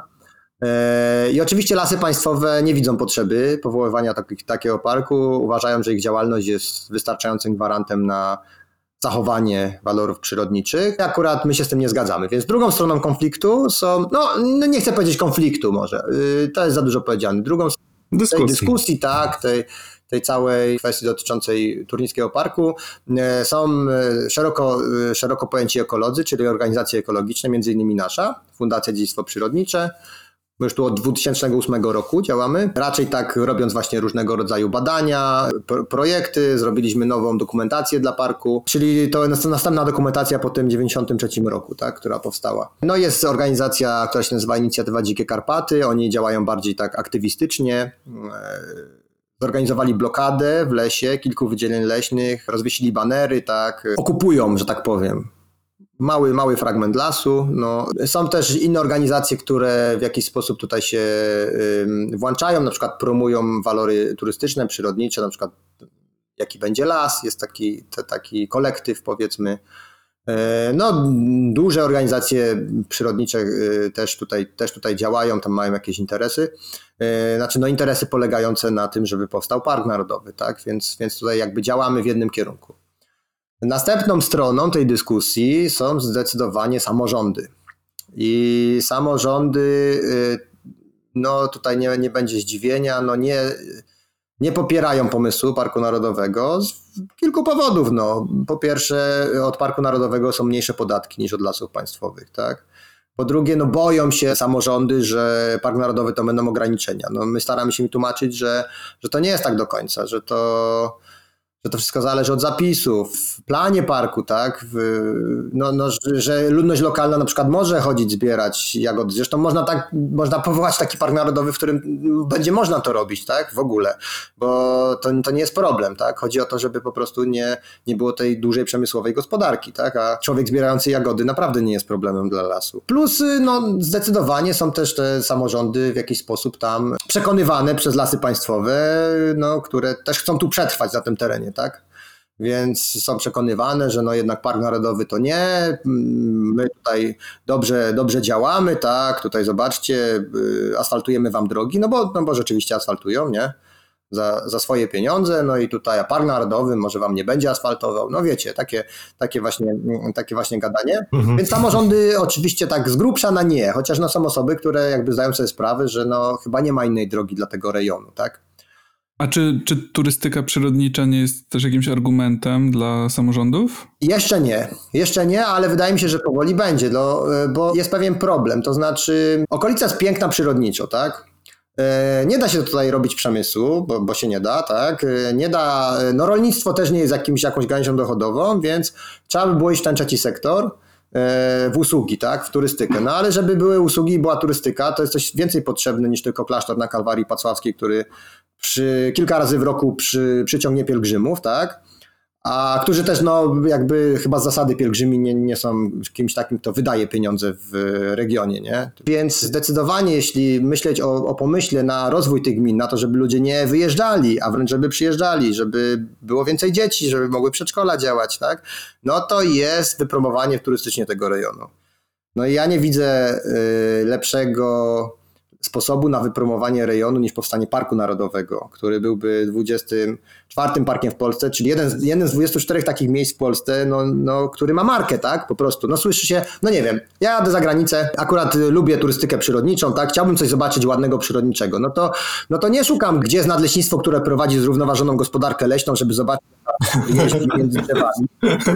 I oczywiście Lasy Państwowe nie widzą potrzeby powoływania taki, takiego parku, uważają, że ich działalność jest wystarczającym gwarantem na zachowanie walorów przyrodniczych. Akurat my się z tym nie zgadzamy, więc drugą stroną konfliktu są, no, no nie chcę powiedzieć konfliktu może, to jest za dużo powiedziane, drugą dyskusji. tej dyskusji, tak, tej, tej całej kwestii dotyczącej Turnickiego Parku są szeroko, szeroko pojęci ekolodzy, czyli organizacje ekologiczne, między innymi nasza, Fundacja Dziedzictwo Przyrodnicze. My już tu od dwutysięcznego ósmego roku działamy, raczej tak robiąc właśnie różnego rodzaju badania, pro, projekty, zrobiliśmy nową dokumentację dla parku, czyli to jest następna dokumentacja po tym dziewięćdziesiątym trzecim roku, tak, która powstała. No jest organizacja, która się nazywa Inicjatywa Dzikie Karpaty, oni działają bardziej tak aktywistycznie, zorganizowali blokadę w lesie, kilku wydzieleń leśnych, rozwiesili banery, tak, okupują, że tak powiem. Mały, mały fragment lasu. No. Są też inne organizacje, które w jakiś sposób tutaj się y, włączają, na przykład promują walory turystyczne, przyrodnicze, na przykład jaki będzie las, jest taki, te, taki kolektyw powiedzmy. Y, no, duże organizacje przyrodnicze y, też, tutaj, też tutaj działają, tam mają jakieś interesy. Y, znaczy no interesy polegające na tym, żeby powstał park narodowy, tak? Więc, więc tutaj jakby działamy w jednym kierunku. Następną stroną tej dyskusji są zdecydowanie samorządy. I samorządy, no tutaj nie, nie będzie zdziwienia, no nie, nie popierają pomysłu Parku Narodowego z kilku powodów. No. Po pierwsze, od Parku Narodowego są mniejsze podatki niż od Lasów Państwowych, tak? Po drugie, no boją się samorządy, że Park Narodowy to będą ograniczenia. No my staramy się im tłumaczyć, że, że to nie jest tak do końca, że to... że to wszystko zależy od zapisów, w planie parku, tak, w, no, no, że ludność lokalna na przykład może chodzić, zbierać jagody. Zresztą można tak, można powołać taki park narodowy, w którym będzie można to robić, tak, w ogóle, bo to, to nie jest problem, tak. Chodzi o to, żeby po prostu nie, nie było tej dużej przemysłowej gospodarki, tak, a człowiek zbierający jagody naprawdę nie jest problemem dla lasu. Plus, no, zdecydowanie są też te samorządy w jakiś sposób tam przekonywane przez Lasy Państwowe, no, które też chcą tu przetrwać na tym terenie, tak? Więc są przekonywane, że no jednak park narodowy to nie, my tutaj dobrze, dobrze działamy, tak, tutaj zobaczcie, asfaltujemy wam drogi, no bo, no bo rzeczywiście asfaltują, nie? Za, za swoje pieniądze, no i tutaj a park narodowy może wam nie będzie asfaltował, no wiecie, takie, takie, właśnie, takie właśnie gadanie. Mhm. Więc samorządy oczywiście tak z grubsza na nie, chociaż no są osoby, które jakby zdają sobie sprawę, że no chyba nie ma innej drogi dla tego rejonu, tak? A czy, czy turystyka przyrodnicza nie jest też jakimś argumentem dla samorządów? Jeszcze nie, jeszcze nie, ale wydaje mi się, że powoli będzie, no, bo jest pewien problem, to znaczy okolica jest piękna przyrodniczo, tak? Nie da się tutaj robić przemysłu, bo, bo się nie da, tak? Nie da, no rolnictwo też nie jest jakimś, jakąś gałęzią dochodową, więc trzeba by było iść w ten trzeci sektor, w usługi, tak? W turystykę. No ale żeby były usługi i była turystyka, to jest coś więcej potrzebne niż tylko klasztor na Kalwarii Pacławskiej, który przy, kilka razy w roku przy, przyciągnie pielgrzymów, tak? A którzy też no jakby chyba z zasady pielgrzymi nie, nie są kimś takim, kto wydaje pieniądze w regionie, nie? Więc zdecydowanie jeśli myśleć o, o pomyśle na rozwój tych gmin, na to, żeby ludzie nie wyjeżdżali, a wręcz żeby przyjeżdżali, żeby było więcej dzieci, żeby mogły przedszkola działać, tak? No to jest wypromowanie turystycznie tego rejonu. No i ja nie widzę y, lepszego sposobu na wypromowanie rejonu niż powstanie Parku Narodowego, który byłby dwudziestym czwartym parkiem w Polsce, czyli jeden z, jeden z dwudziestu czterech takich miejsc w Polsce, no, no, który ma markę, tak, po prostu. No słyszy się, no nie wiem, ja jadę za granicę, akurat lubię turystykę przyrodniczą, tak, chciałbym coś zobaczyć ładnego przyrodniczego, no to, no to nie szukam, gdzie jest nadleśnictwo, które prowadzi zrównoważoną gospodarkę leśną, żeby zobaczyć jeździ między drzewami.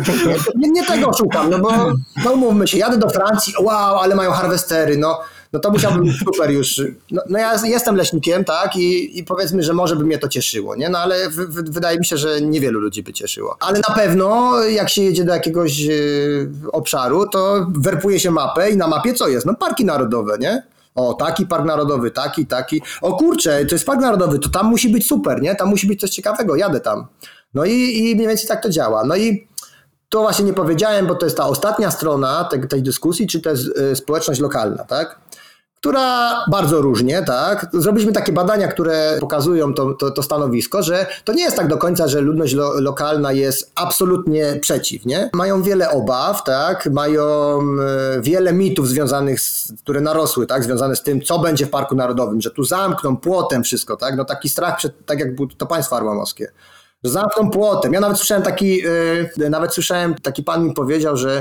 Nie, nie tego szukam, no bo no umówmy się, jadę do Francji, wow, ale mają harwestery, no no to musiałbym super już, no, no ja jestem leśnikiem, tak, i, i powiedzmy, że może by mnie to cieszyło, nie, no ale w, w, wydaje mi się, że niewielu ludzi by cieszyło. Ale na pewno jak się jedzie do jakiegoś y, obszaru, to werpuje się mapę i na mapie co jest? No parki narodowe, nie? O, taki park narodowy, taki, taki. O kurczę, to jest park narodowy, to tam musi być super, nie? Tam musi być coś ciekawego, jadę tam. No i, i mniej więcej tak to działa. No i to właśnie nie powiedziałem, bo to jest ta ostatnia strona tej, tej dyskusji, czy to jest y, społeczność lokalna, tak? Która bardzo różnie, tak? Zrobiliśmy takie badania, które pokazują to, to, to stanowisko, że to nie jest tak do końca, że ludność lo, lokalna jest absolutnie przeciw, nie? Mają wiele obaw, tak? Mają y, wiele mitów związanych, z, które narosły, tak? Związane z tym, co będzie w Parku Narodowym, że tu zamkną płotem wszystko, tak? No taki strach przed, tak jak było to państwo arłamowskie, że zamkną płotem. Ja nawet słyszałem taki, y, nawet słyszałem, taki pan mi powiedział, że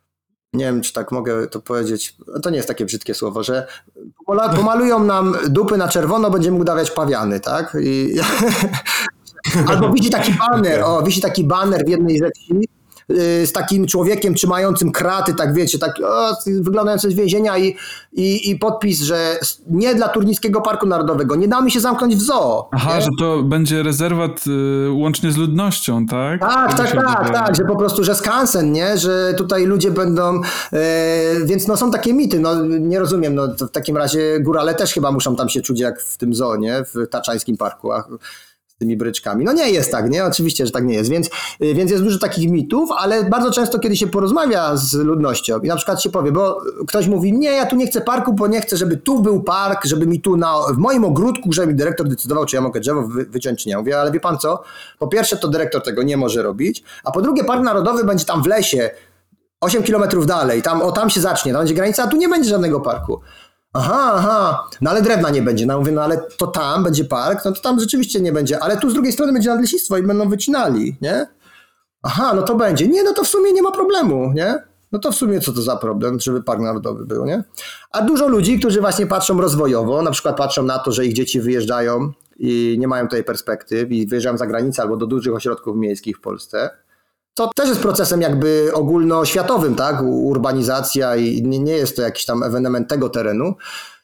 nie wiem, czy tak mogę to powiedzieć, to nie jest takie brzydkie słowo, że pomalują nam dupy na czerwono, będziemy udawiać pawiany, tak? I... Albo wisi taki baner, o, wisi taki baner w jednej ze wsi z takim człowiekiem trzymającym kraty, tak wiecie, tak o, wyglądający z więzienia i, i, i podpis, że nie dla Turnickiego Parku Narodowego, nie damy się zamknąć w zoo. Aha, nie? że to będzie rezerwat y, łącznie z ludnością, tak? Tak, tak, tak, tak, że po prostu, że skansen, nie, że tutaj ludzie będą, e, więc no są takie mity, no nie rozumiem, no to w takim razie górale też chyba muszą tam się czuć jak w tym zoo, nie, w Taczańskim Parku, a z tymi bryczkami. No nie jest tak, nie? Oczywiście, że tak nie jest, więc, więc jest dużo takich mitów, ale bardzo często, kiedy się porozmawia z ludnością i na przykład się powie, bo ktoś mówi, nie, ja tu nie chcę parku, bo nie chcę, żeby tu był park, żeby mi tu na, w moim ogródku, żeby mi dyrektor decydował, czy ja mogę drzewo wy, wyciąć, czy nie. Mówię, ale wie pan co? Po pierwsze, to dyrektor tego nie może robić, a po drugie, park narodowy będzie tam w lesie, osiem kilometrów dalej, tam, o tam się zacznie, tam będzie granica, a tu nie będzie żadnego parku. Aha, aha, no ale drewna nie będzie. No mówię, no ale to tam będzie park, no to tam rzeczywiście nie będzie, ale tu z drugiej strony będzie nadleśnictwo i będą wycinali, nie? Aha, no to będzie. Nie, no to w sumie nie ma problemu, nie? No to w sumie co to za problem, żeby park narodowy był, nie? A dużo ludzi, którzy właśnie patrzą rozwojowo, na przykład patrzą na to, że ich dzieci wyjeżdżają i nie mają tej perspektyw i wyjeżdżają za granicę albo do dużych ośrodków miejskich w Polsce. To też jest procesem jakby ogólnoświatowym, tak? Urbanizacja i nie, nie jest to jakiś tam ewenement tego terenu.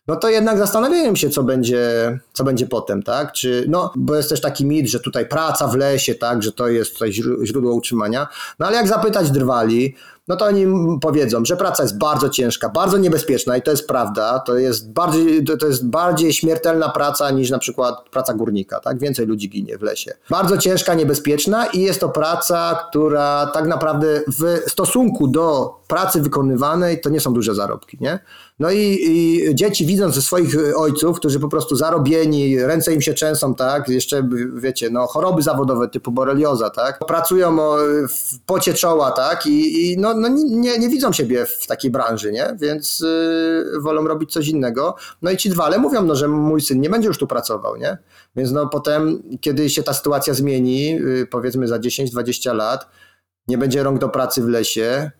no to jednak zastanawiałem się, co będzie, co będzie potem, tak? Czy, no, bo jest też taki mit, że tutaj praca w lesie, tak, że to jest tutaj źródło utrzymania. No ale jak zapytać drwali, no to oni powiedzą, że praca jest bardzo ciężka, bardzo niebezpieczna i to jest prawda, to jest bardziej, to jest bardziej śmiertelna praca niż na przykład praca górnika, tak? Więcej ludzi ginie w lesie. Bardzo ciężka, niebezpieczna i jest to praca, która tak naprawdę w stosunku do pracy wykonywanej to nie są duże zarobki, nie? No i, i dzieci widząc ze swoich ojców, którzy po prostu zarobieni, ręce im się trzęsą, tak? Jeszcze wiecie, no choroby zawodowe typu borelioza, tak? Pracują w pocie czoła, tak? I, i no, no nie, nie widzą siebie w takiej branży, nie? Więc yy, wolą robić coś innego. No i ci drwale mówią, no, że mój syn nie będzie już tu pracował, nie? Więc no potem, kiedy się ta sytuacja zmieni, yy, powiedzmy za dziesięć dwadzieścia lat, nie będzie rąk do pracy w lesie,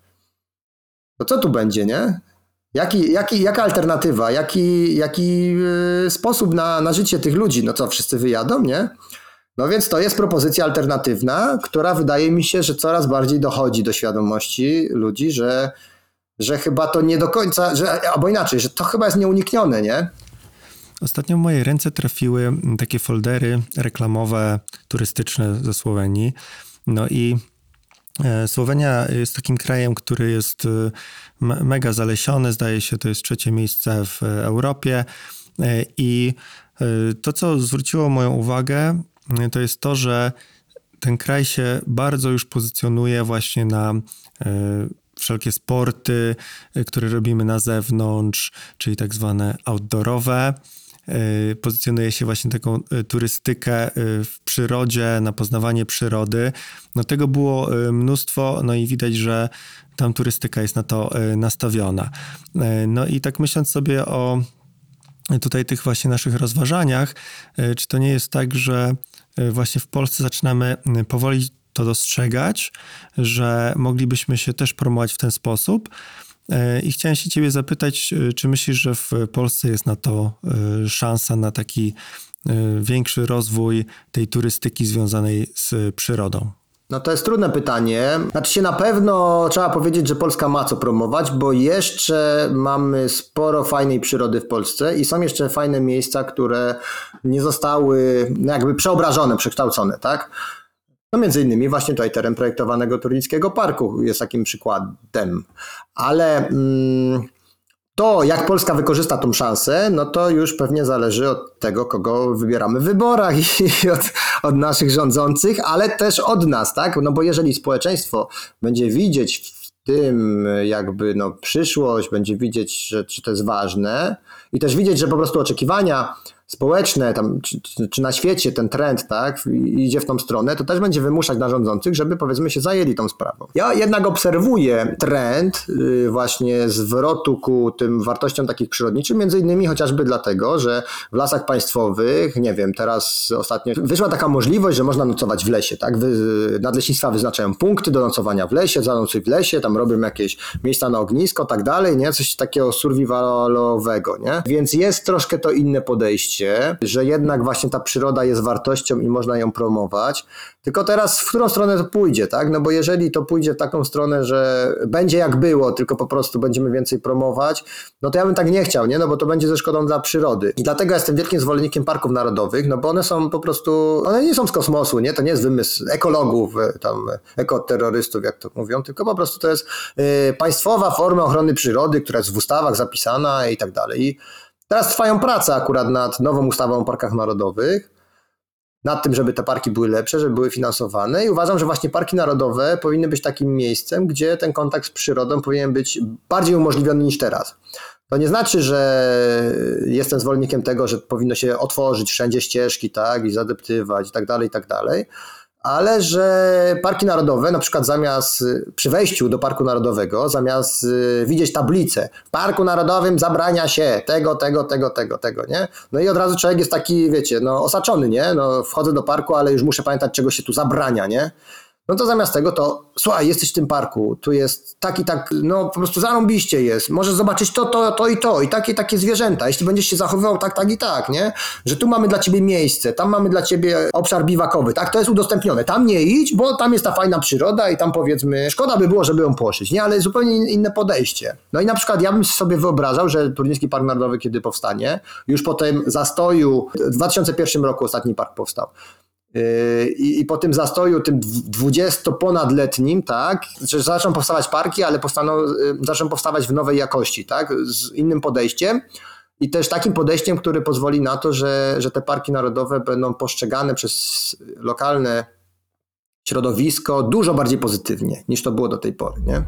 to co tu będzie, nie? Jaki, jaki, jaka alternatywa, jaki, jaki yy, sposób na, na życie tych ludzi? No co, wszyscy wyjadą, nie? No więc to jest propozycja alternatywna, która wydaje mi się, że coraz bardziej dochodzi do świadomości ludzi, że, że chyba to nie do końca, że, albo inaczej, że to chyba jest nieuniknione, nie? Ostatnio w moje ręce trafiły takie foldery reklamowe, turystyczne ze Słowenii. No i Słowenia jest takim krajem, który jest mega zalesiony, zdaje się, to jest trzecie miejsce w Europie i to, co zwróciło moją uwagę, to jest to, że ten kraj się bardzo już pozycjonuje właśnie na wszelkie sporty, które robimy na zewnątrz, czyli tak zwane outdoorowe. Pozycjonuje się właśnie taką turystykę w przyrodzie, na poznawanie przyrody. No tego było mnóstwo, no i widać, że tam turystyka jest na to nastawiona. No i tak myśląc sobie o tutaj tych właśnie naszych rozważaniach, czy to nie jest tak, że właśnie w Polsce zaczynamy powoli to dostrzegać, że moglibyśmy się też promować w ten sposób. I chciałem się ciebie zapytać, czy myślisz, że w Polsce jest na to szansa na taki większy rozwój tej turystyki związanej z przyrodą? No to jest trudne pytanie. Znaczy się na pewno trzeba powiedzieć, że Polska ma co promować, bo jeszcze mamy sporo fajnej przyrody w Polsce i są jeszcze fajne miejsca, które nie zostały jakby przeobrażone, przekształcone, tak? No między innymi właśnie tutaj teren projektowanego Turnickiego Parku jest takim przykładem. Ale mm, to, jak Polska wykorzysta tą szansę, no to już pewnie zależy od tego, kogo wybieramy w wyborach i od, od naszych rządzących, ale też od nas, tak? No bo jeżeli społeczeństwo będzie widzieć w tym jakby no przyszłość, będzie widzieć, że, że to jest ważne i też widzieć, że po prostu oczekiwania społeczne, tam, czy, czy na świecie ten trend, tak, idzie w tą stronę, to też będzie wymuszać na rządzących, żeby powiedzmy się zajęli tą sprawą. Ja jednak obserwuję trend yy, właśnie zwrotu ku tym wartościom takich przyrodniczym, między innymi chociażby dlatego, że w lasach państwowych, nie wiem, teraz ostatnio wyszła taka możliwość, że można nocować w lesie, tak, Wy, nadleśnictwa wyznaczają punkty do nocowania w lesie, zanocuj w lesie, tam robią jakieś miejsca na ognisko, tak dalej, nie, coś takiego survivalowego, nie, więc jest troszkę to inne podejście, że jednak właśnie ta przyroda jest wartością i można ją promować. Tylko teraz w którą stronę to pójdzie, tak? No bo jeżeli to pójdzie w taką stronę, że będzie jak było, tylko po prostu będziemy więcej promować, no to ja bym tak nie chciał, nie? No bo to będzie ze szkodą dla przyrody. I dlatego jestem wielkim zwolennikiem parków narodowych, no bo one są po prostu, one nie są z kosmosu, nie? To nie jest wymysł ekologów, tam ekoterrorystów, jak to mówią, tylko po prostu to jest yy, państwowa forma ochrony przyrody, która jest w ustawach zapisana i tak dalej. I teraz trwają prace akurat nad nową ustawą o parkach narodowych, nad tym, żeby te parki były lepsze, żeby były finansowane i uważam, że właśnie parki narodowe powinny być takim miejscem, gdzie ten kontakt z przyrodą powinien być bardziej umożliwiony niż teraz. To nie znaczy, że jestem zwolennikiem tego, że powinno się otworzyć wszędzie ścieżki, tak, i zadeptywać i tak dalej, i tak dalej. Ale że parki narodowe, na przykład zamiast przy wejściu do parku narodowego, zamiast widzieć tablicę, w parku narodowym zabrania się tego, tego, tego, tego, tego, nie? No i od razu człowiek jest taki, wiecie, no osaczony, nie? No wchodzę do parku, ale już muszę pamiętać, czego się tu zabrania, nie? no to zamiast tego to, słuchaj, jesteś w tym parku, tu jest tak i tak, no po prostu zarąbiście jest, możesz zobaczyć to, to, to i to i takie, takie zwierzęta, jeśli będziesz się zachowywał tak, tak i tak, nie? Że tu mamy dla ciebie miejsce, tam mamy dla ciebie obszar biwakowy, tak? To jest udostępnione, tam nie idź, bo tam jest ta fajna przyroda i tam powiedzmy, szkoda by było, żeby ją poszyć, nie? Ale zupełnie inne podejście. No i na przykład ja bym sobie wyobrażał, że Turnicki Park Narodowy, kiedy powstanie, już po tym zastoju, w dwa tysiące pierwszym roku ostatni park powstał, I, i po tym zastoju, tym dwudziestoponadletnim, tak, że zaczną powstawać parki, ale powstaną, zaczną powstawać w nowej jakości, tak, z innym podejściem i też takim podejściem, które pozwoli na to, że, że te parki narodowe będą postrzegane przez lokalne środowisko dużo bardziej pozytywnie, niż to było do tej pory, nie?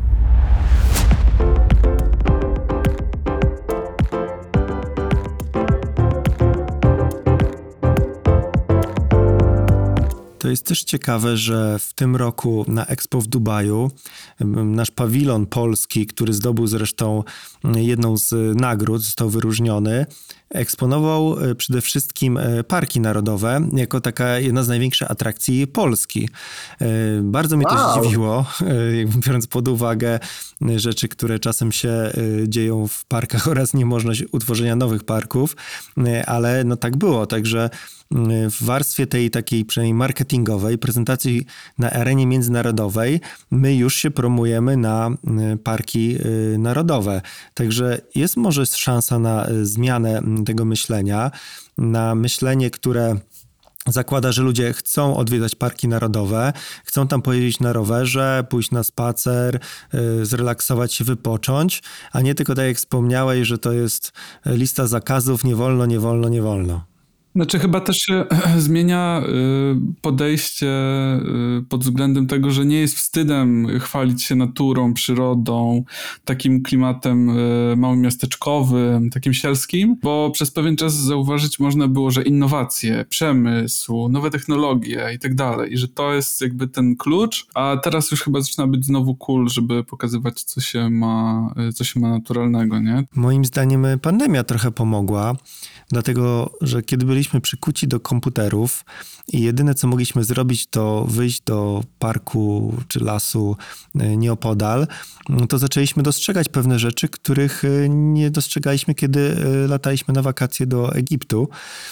To jest też ciekawe, że w tym roku na Expo w Dubaju nasz pawilon polski, który zdobył zresztą jedną z nagród, został wyróżniony, eksponował przede wszystkim parki narodowe jako taka jedna z największych atrakcji Polski. Bardzo mnie to wow. zdziwiło, biorąc pod uwagę rzeczy, które czasem się dzieją w parkach oraz niemożność utworzenia nowych parków, ale no tak było, także w warstwie tej takiej przynajmniej marketingowej, prezentacji na arenie międzynarodowej, my już się promujemy na parki narodowe. Także jest może szansa na zmianę tego myślenia, na myślenie, które zakłada, że ludzie chcą odwiedzać parki narodowe, chcą tam pojeździć na rowerze, pójść na spacer, zrelaksować się, wypocząć, a nie tylko tak jak wspomniałeś, że to jest lista zakazów, nie wolno, nie wolno, nie wolno. Znaczy chyba też się zmienia podejście pod względem tego, że nie jest wstydem chwalić się naturą, przyrodą, takim klimatem małomiasteczkowym, takim sielskim, bo przez pewien czas zauważyć można było, że innowacje, przemysł, nowe technologie i tak dalej, i że to jest jakby ten klucz, a teraz już chyba zaczyna być znowu cool, żeby pokazywać, co się ma, co się ma naturalnego, nie? Moim zdaniem pandemia trochę pomogła, dlatego, że kiedy byliśmy przykuci do komputerów i jedyne, co mogliśmy zrobić, to wyjść do parku czy lasu nieopodal, to zaczęliśmy dostrzegać pewne rzeczy, których nie dostrzegaliśmy, kiedy lataliśmy na wakacje do Egiptu.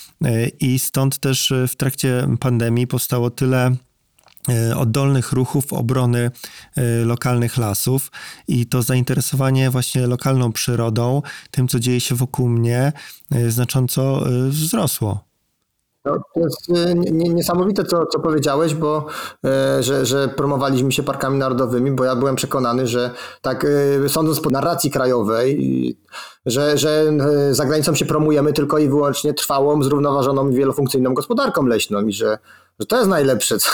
I stąd też w trakcie pandemii powstało tyle oddolnych ruchów obrony lokalnych lasów i to zainteresowanie właśnie lokalną przyrodą, tym, co dzieje się wokół mnie, znacząco wzrosło. No, to jest niesamowite, co, co powiedziałeś, bo że, że promowaliśmy się parkami narodowymi, bo ja byłem przekonany, że tak sądząc po narracji krajowej, że, że za granicą się promujemy tylko i wyłącznie trwałą, zrównoważoną i wielofunkcyjną gospodarką leśną i że że to jest najlepsze. Co...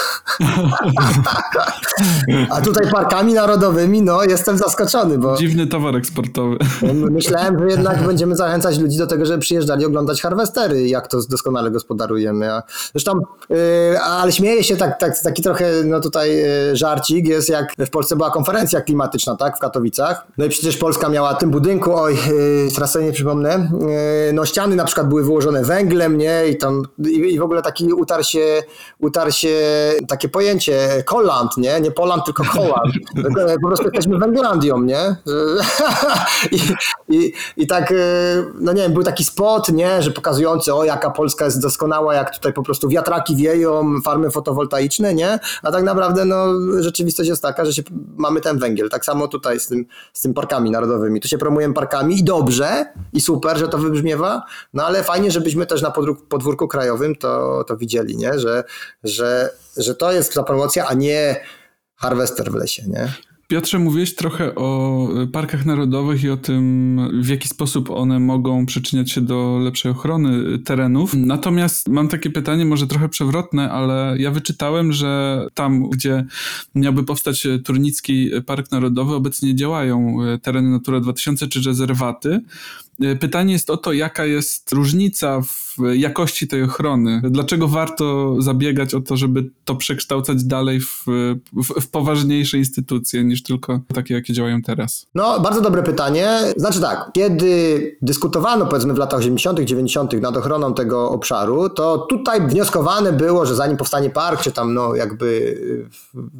A tutaj parkami narodowymi, no jestem zaskoczony, bo... Dziwny towar eksportowy. Myślałem, że jednak będziemy zachęcać ludzi do tego, żeby przyjeżdżali oglądać harwestery, jak to doskonale gospodarujemy. A zresztą, yy, ale śmieję się, tak, tak, taki trochę no tutaj yy, żarcik jest, jak w Polsce była konferencja klimatyczna, tak, w Katowicach. No i przecież Polska miała w tym budynku, oj, yy, teraz sobie nie przypomnę, yy, no ściany na przykład były wyłożone węglem, nie, i tam i, i w ogóle taki utarł się utarł się takie pojęcie Koland, nie? Nie Poland, tylko Koland. Po prostu jesteśmy Węglandią, nie? I, i, I tak, no nie wiem, był taki spot, nie? Że pokazujący, o jaka Polska jest doskonała, jak tutaj po prostu wiatraki wieją, farmy fotowoltaiczne, nie? A tak naprawdę no rzeczywistość jest taka, że się, mamy ten węgiel. Tak samo tutaj z tym, z tym parkami narodowymi. Tu się promujemy parkami i dobrze, i super, że to wybrzmiewa, no ale fajnie, żebyśmy też na podwórku, podwórku krajowym to, to widzieli, nie? Że Że, że to jest ta promocja, a nie harwester w lesie, nie? Piotrze, mówiłeś trochę o parkach narodowych i o tym, w jaki sposób one mogą przyczyniać się do lepszej ochrony terenów. Natomiast mam takie pytanie, może trochę przewrotne, ale ja wyczytałem, że tam, gdzie miałby powstać Turnicki Park Narodowy, obecnie działają tereny Natura dwa tysiące czy rezerwaty. Pytanie jest o to, jaka jest różnica w jakości tej ochrony. Dlaczego warto zabiegać o to, żeby to przekształcać dalej w, w, w poważniejsze instytucje niż tylko takie, jakie działają teraz? No, bardzo dobre pytanie. Znaczy tak, kiedy dyskutowano powiedzmy w latach osiemdziesiątych, dziewięćdziesiątych nad ochroną tego obszaru, to tutaj wnioskowane było, że zanim powstanie park, czy tam no jakby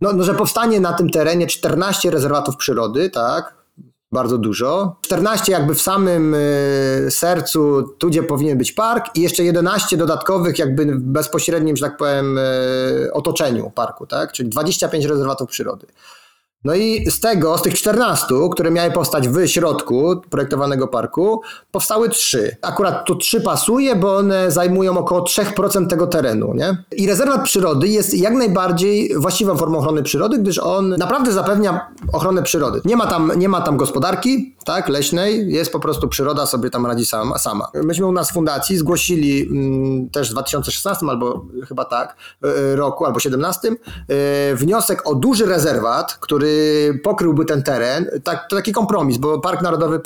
no, no, że powstanie na tym terenie czternaście rezerwatów przyrody, tak? Bardzo dużo. czternaście jakby w samym y, sercu, tu gdzie powinien być park i jeszcze jedenaście dodatkowych jakby w bezpośrednim, że tak powiem, y, otoczeniu parku, tak? Czyli dwadzieścia pięć rezerwatów przyrody. No i z tego, z tych czternastu, które miały powstać w środku projektowanego parku, powstały trzy. Akurat to trzy pasuje, bo one zajmują około trzy procent tego terenu, nie? I rezerwat przyrody jest jak najbardziej właściwą formą ochrony przyrody, gdyż on naprawdę zapewnia ochronę przyrody. Nie ma tam, nie ma tam gospodarki, tak, leśnej, jest po prostu przyroda sobie tam radzi sama. sama. Myśmy u nas w fundacji zgłosili m, też w dwa tysiące szesnastym albo chyba tak, y, roku, albo siedemnastym y, wniosek o duży rezerwat, który pokryłby ten teren, tak, to taki kompromis, bo Park Narodowy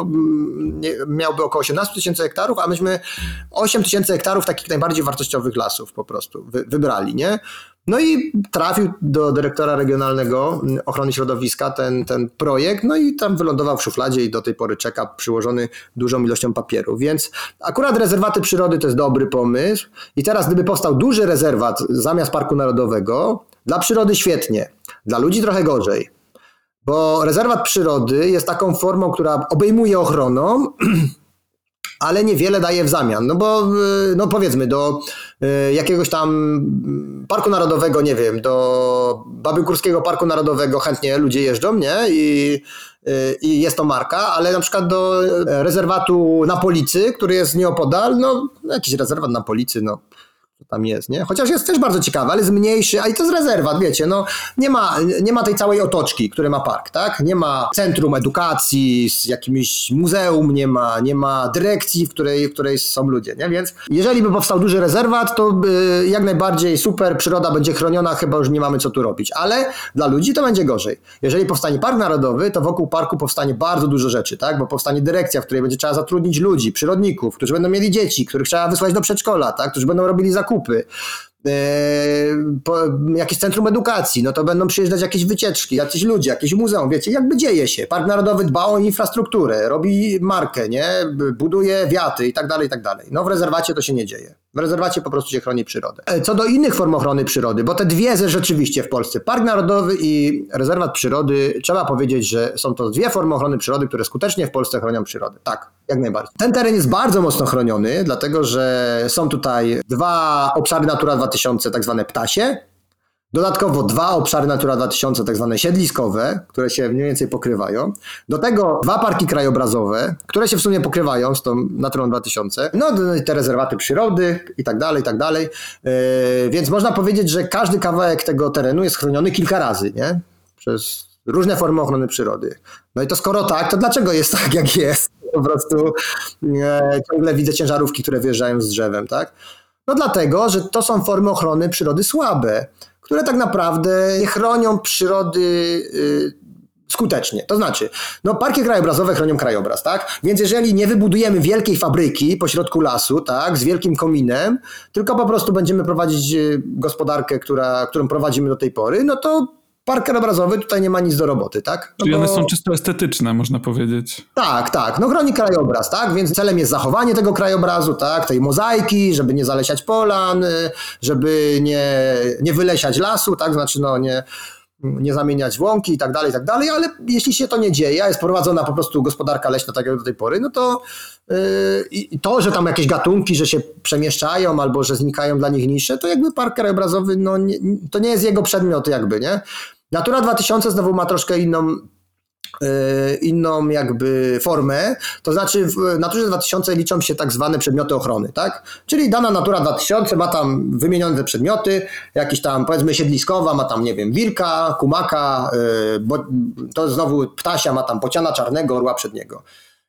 miałby około osiemnaście tysięcy hektarów, a myśmy osiem tysięcy hektarów takich najbardziej wartościowych lasów po prostu wy, wybrali, nie? No i trafił do dyrektora regionalnego ochrony środowiska ten, ten projekt, no i tam wylądował w szufladzie i do tej pory czeka przyłożony dużą ilością papieru. Więc akurat rezerwaty przyrody to jest dobry pomysł i teraz gdyby powstał duży rezerwat zamiast Parku Narodowego, dla przyrody świetnie, dla ludzi trochę gorzej. Bo rezerwat przyrody jest taką formą, która obejmuje ochroną, ale niewiele daje w zamian. No bo, no powiedzmy, do jakiegoś tam parku narodowego, nie wiem, do Babiełgórskiego Parku Narodowego chętnie ludzie jeżdżą, nie? I, i jest to marka, ale na przykład do rezerwatu na Policy, który jest nieopodal, no jakiś rezerwat na Policy, no. Tam jest, nie? Chociaż jest też bardzo ciekawy, ale jest mniejszy, a i to jest rezerwat, wiecie, no nie ma, nie ma tej całej otoczki, który ma park, tak? Nie ma centrum edukacji z jakimś muzeum, nie ma, nie ma dyrekcji, w której, w której są ludzie, nie? Więc jeżeli by powstał duży rezerwat, to y, jak najbardziej super, przyroda będzie chroniona, chyba już nie mamy co tu robić, ale dla ludzi to będzie gorzej. Jeżeli powstanie park narodowy, to wokół parku powstanie bardzo dużo rzeczy, tak? Bo powstanie dyrekcja, w której będzie trzeba zatrudnić ludzi, przyrodników, którzy będą mieli dzieci, których trzeba wysłać do przedszkola, tak? Którzy będą robili zakupy. Kupy, yy, po, jakieś centrum edukacji, no to będą przyjeżdżać jakieś wycieczki, jacyś ludzie, jakieś muzeum, wiecie, jakby dzieje się. Park Narodowy dba o infrastrukturę, robi markę, nie, buduje wiaty i tak dalej, i tak dalej. No w rezerwacie to się nie dzieje. W rezerwacie po prostu się chroni przyrodę. Co do innych form ochrony przyrody, bo te dwie rzeczywiście w Polsce, Park Narodowy i rezerwat przyrody, trzeba powiedzieć, że są to dwie formy ochrony przyrody, które skutecznie w Polsce chronią przyrodę. Tak, jak najbardziej. Ten teren jest bardzo mocno chroniony, dlatego że są tutaj dwa obszary Natura dwa tysiące, tak zwane ptasie, dodatkowo dwa obszary Natura dwa tysiące, tak zwane siedliskowe, które się mniej więcej pokrywają. Do tego dwa parki krajobrazowe, które się w sumie pokrywają z tą Naturą dwa tysiące. No te rezerwaty przyrody i tak dalej, i tak dalej. Yy, więc można powiedzieć, że każdy kawałek tego terenu jest chroniony kilka razy, nie? Przez różne formy ochrony przyrody. No i to skoro tak, to dlaczego jest tak, jak jest? Po prostu e, ciągle widzę ciężarówki, które wjeżdżają z drzewem, tak? No dlatego, że to są formy ochrony przyrody słabe, które tak naprawdę nie chronią przyrody y, skutecznie. To znaczy, no parki krajobrazowe chronią krajobraz, tak? Więc jeżeli nie wybudujemy wielkiej fabryki pośrodku lasu, tak, z wielkim kominem, tylko po prostu będziemy prowadzić gospodarkę, która, którą prowadzimy do tej pory, no to park krajobrazowy tutaj nie ma nic do roboty, tak? No Czyli bo... one są czysto estetyczne, można powiedzieć. Tak, tak. No chroni krajobraz, tak? Więc celem jest zachowanie tego krajobrazu, tak? Tej mozaiki, żeby nie zalesiać polan, żeby nie, nie wylesiać lasu, tak? Znaczy, no nie, nie zamieniać łąki i tak dalej, i tak dalej, ale jeśli się to nie dzieje, a jest prowadzona po prostu gospodarka leśna tak jak do tej pory, no to yy, i to, że tam jakieś gatunki, że się przemieszczają albo że znikają dla nich nisze, to jakby park krajobrazowy, no nie, to nie jest jego przedmiot jakby, nie? Natura dwa tysiące znowu ma troszkę inną, yy, inną jakby formę, to znaczy w Naturze dwa tysiące liczą się tak zwane przedmioty ochrony, tak? Czyli dana Natura dwa tysiące ma tam wymienione te przedmioty, jakiś tam powiedzmy siedliskowa ma tam, nie wiem, wilka, kumaka, yy, bo to znowu ptasia ma tam bociana czarnego, orła przedniego.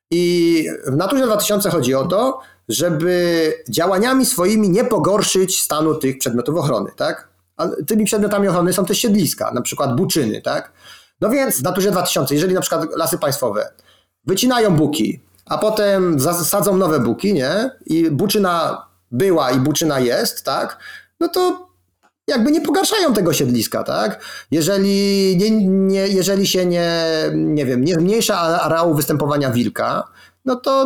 I w Naturze dwa tysiące chodzi o to, żeby działaniami swoimi nie pogorszyć stanu tych przedmiotów ochrony, tak? A tymi przedmiotami ochrony są też siedliska, na przykład buczyny, tak? No więc w Naturze dwa tysiące, jeżeli na przykład Lasy Państwowe wycinają buki, a potem zasadzą nowe buki, nie? I buczyna była i buczyna jest, tak? No to jakby nie pogarszają tego siedliska, tak? Jeżeli, nie, nie, jeżeli się nie, nie wiem, nie zmniejsza areału występowania wilka, no to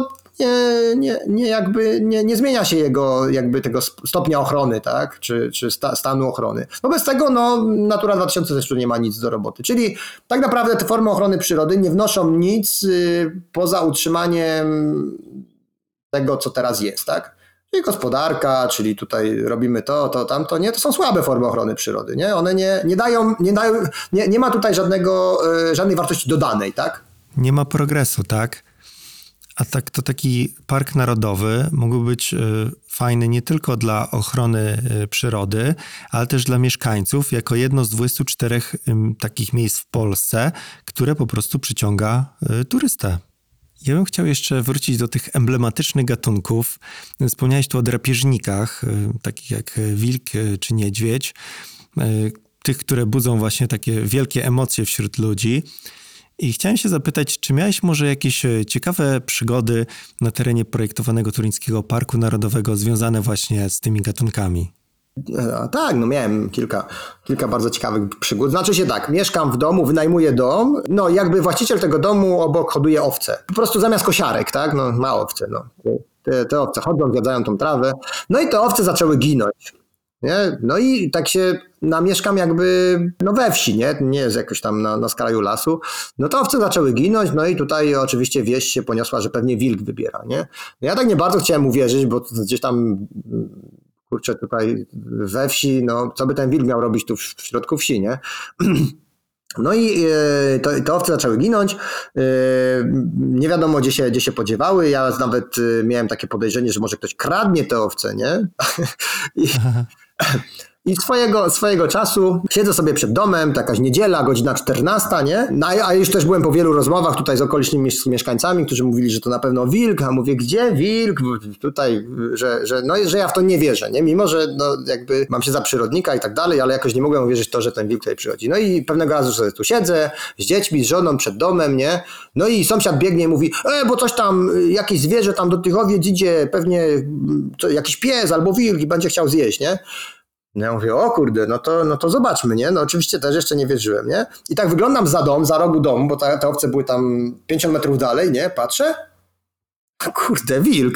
nie, nie, nie jakby nie, nie zmienia się jego jakby tego stopnia ochrony, tak? Czy, czy sta, stanu ochrony. Wobec tego no, Natura dwa tysiące też tu nie ma nic do roboty. Czyli tak naprawdę te formy ochrony przyrody nie wnoszą nic y, poza utrzymaniem tego, co teraz jest, tak? Czyli gospodarka, czyli tutaj robimy to, to, tamto, nie? To są słabe formy ochrony przyrody, nie? One nie, nie dają, nie dają, nie, nie ma tutaj żadnego, y, żadnej wartości dodanej, tak? Nie ma progresu, tak? A tak to taki park narodowy mógłby być y, fajny nie tylko dla ochrony y, przyrody, ale też dla mieszkańców, jako jedno z dwudziestu czterech y, takich miejsc w Polsce, które po prostu przyciąga y, turystę. Ja bym chciał jeszcze wrócić do tych emblematycznych gatunków. Wspomniałeś tu o drapieżnikach, y, takich jak wilk y, czy niedźwiedź, y, tych, które budzą właśnie takie wielkie emocje wśród ludzi. I chciałem się zapytać, czy miałeś może jakieś ciekawe przygody na terenie projektowanego Turyńskiego Parku Narodowego związane właśnie z tymi gatunkami? A tak, no miałem kilka, kilka bardzo ciekawych przygód. Znaczy się tak, mieszkam w domu, wynajmuję dom, no jakby właściciel tego domu obok hoduje owce. Po prostu zamiast kosiarek, tak, no ma owce, no. Te, te owce chodzą, zjadają tą trawę, no i te owce zaczęły ginąć. Nie? No i tak się namieszkam jakby no we wsi, nie, nie jest jakoś tam na, na skraju lasu. No to owce zaczęły ginąć, no i tutaj oczywiście wieść się poniosła, że pewnie wilk wybiera, nie. No ja tak nie bardzo chciałem uwierzyć, bo gdzieś tam, kurczę, tutaj we wsi, no co by ten wilk miał robić tu w, w środku wsi, nie. No i e, to, te owce zaczęły ginąć, e, nie wiadomo gdzie się, gdzie się podziewały, ja nawet e, miałem takie podejrzenie, że może ktoś kradnie te owce, nie? I, I swojego, swojego czasu siedzę sobie przed domem, to jakaś niedziela, godzina czternasta, nie? No, a już też byłem po wielu rozmowach tutaj z okolicznymi mieszkańcami, którzy mówili, że to na pewno wilk, a mówię, gdzie wilk? Tutaj, że, że, no, że ja w to nie wierzę, nie? Mimo, że no, jakby mam się za przyrodnika i tak dalej, ale jakoś nie mogłem uwierzyć w to, że ten wilk tutaj przychodzi. No i pewnego razu sobie tu siedzę z dziećmi, z żoną przed domem, nie? No i sąsiad biegnie i mówi, e, bo coś tam, jakieś zwierzę tam do tych owiec idzie, pewnie to, jakiś pies albo wilk i będzie chciał zjeść, nie? No ja mówię, o kurde, no to, no to zobaczmy, nie? No oczywiście też jeszcze nie wierzyłem, nie? I tak wyglądam za dom, za rogu domu, bo ta, te owce były tam pięćdziesiąt metrów dalej, nie? Patrzę. Kurde, wilk.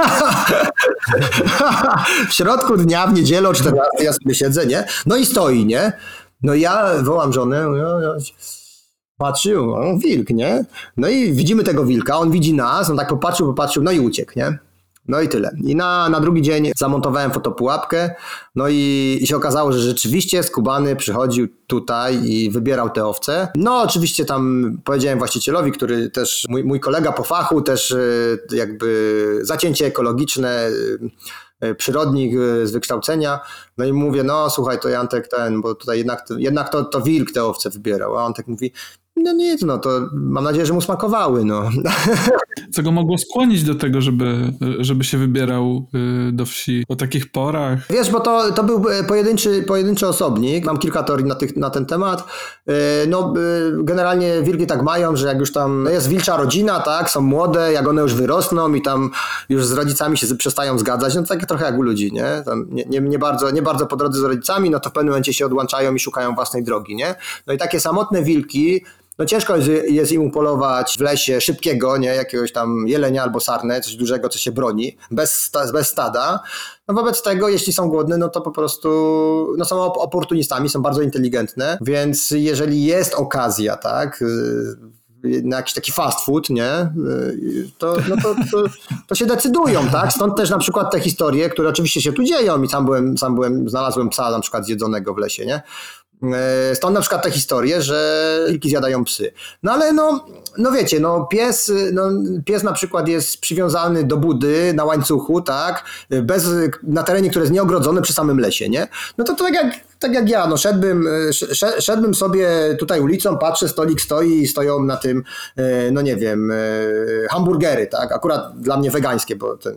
W środku dnia, w niedzielę o czternastej ja sobie siedzę, nie? No i stoi, nie? No ja wołam żonę, no, no, patrzył, no, wilk, nie? No i widzimy tego wilka, on widzi nas, on tak popatrzył, popatrzył, no i uciekł, nie? No i tyle. I na, na drugi dzień zamontowałem fotopułapkę, no i, i się okazało, że rzeczywiście skubany przychodził tutaj i wybierał te owce. No oczywiście tam powiedziałem właścicielowi, który też, mój, mój kolega po fachu, też jakby zacięcie ekologiczne, przyrodnik z wykształcenia, no i mówię, no słuchaj, to Jantek ten, bo tutaj jednak, jednak to, to wilk te owce wybierał, a on tak mówi, no nic, no to mam nadzieję, że mu smakowały, no. Co go mogło skłonić do tego, żeby, żeby się wybierał do wsi o takich porach? Wiesz, bo to, to był pojedynczy, pojedynczy osobnik, mam kilka teorii na, tych, na ten temat. No generalnie wilki tak mają, że jak już tam jest wilcza rodzina, tak, są młode, jak one już wyrosną i tam już z rodzicami się przestają zgadzać, no to takie trochę jak u ludzi, nie? Tam nie, nie, nie, bardzo, nie bardzo po drodze z rodzicami, no to w pewnym momencie się odłączają i szukają własnej drogi, nie? No i takie samotne wilki, no ciężko jest, jest im upolować w lesie szybkiego, nie, jakiegoś tam jelenia albo sarnę, coś dużego, co się broni, bez, bez stada. No wobec tego, jeśli są głodne, no to po prostu no są oportunistami, są bardzo inteligentne, więc jeżeli jest okazja, tak, na jakiś taki fast food, nie, to, no to, to, to się decydują, tak, stąd też na przykład te historie, które oczywiście się tu dzieją i sam byłem, sam byłem, znalazłem psa na przykład zjedzonego w lesie, nie. Stąd na przykład te historie, że wilki zjadają psy. No ale no, no wiecie, no pies, no pies na przykład jest przywiązany do budy na łańcuchu, tak, bez, na terenie, które jest nieogrodzone przy samym lesie, nie? No to, to tak, jak, tak jak ja, no szedłbym, szedłbym sobie tutaj ulicą, patrzę, stolik stoi i stoją na tym, no nie wiem, hamburgery, tak, akurat dla mnie wegańskie, bo ten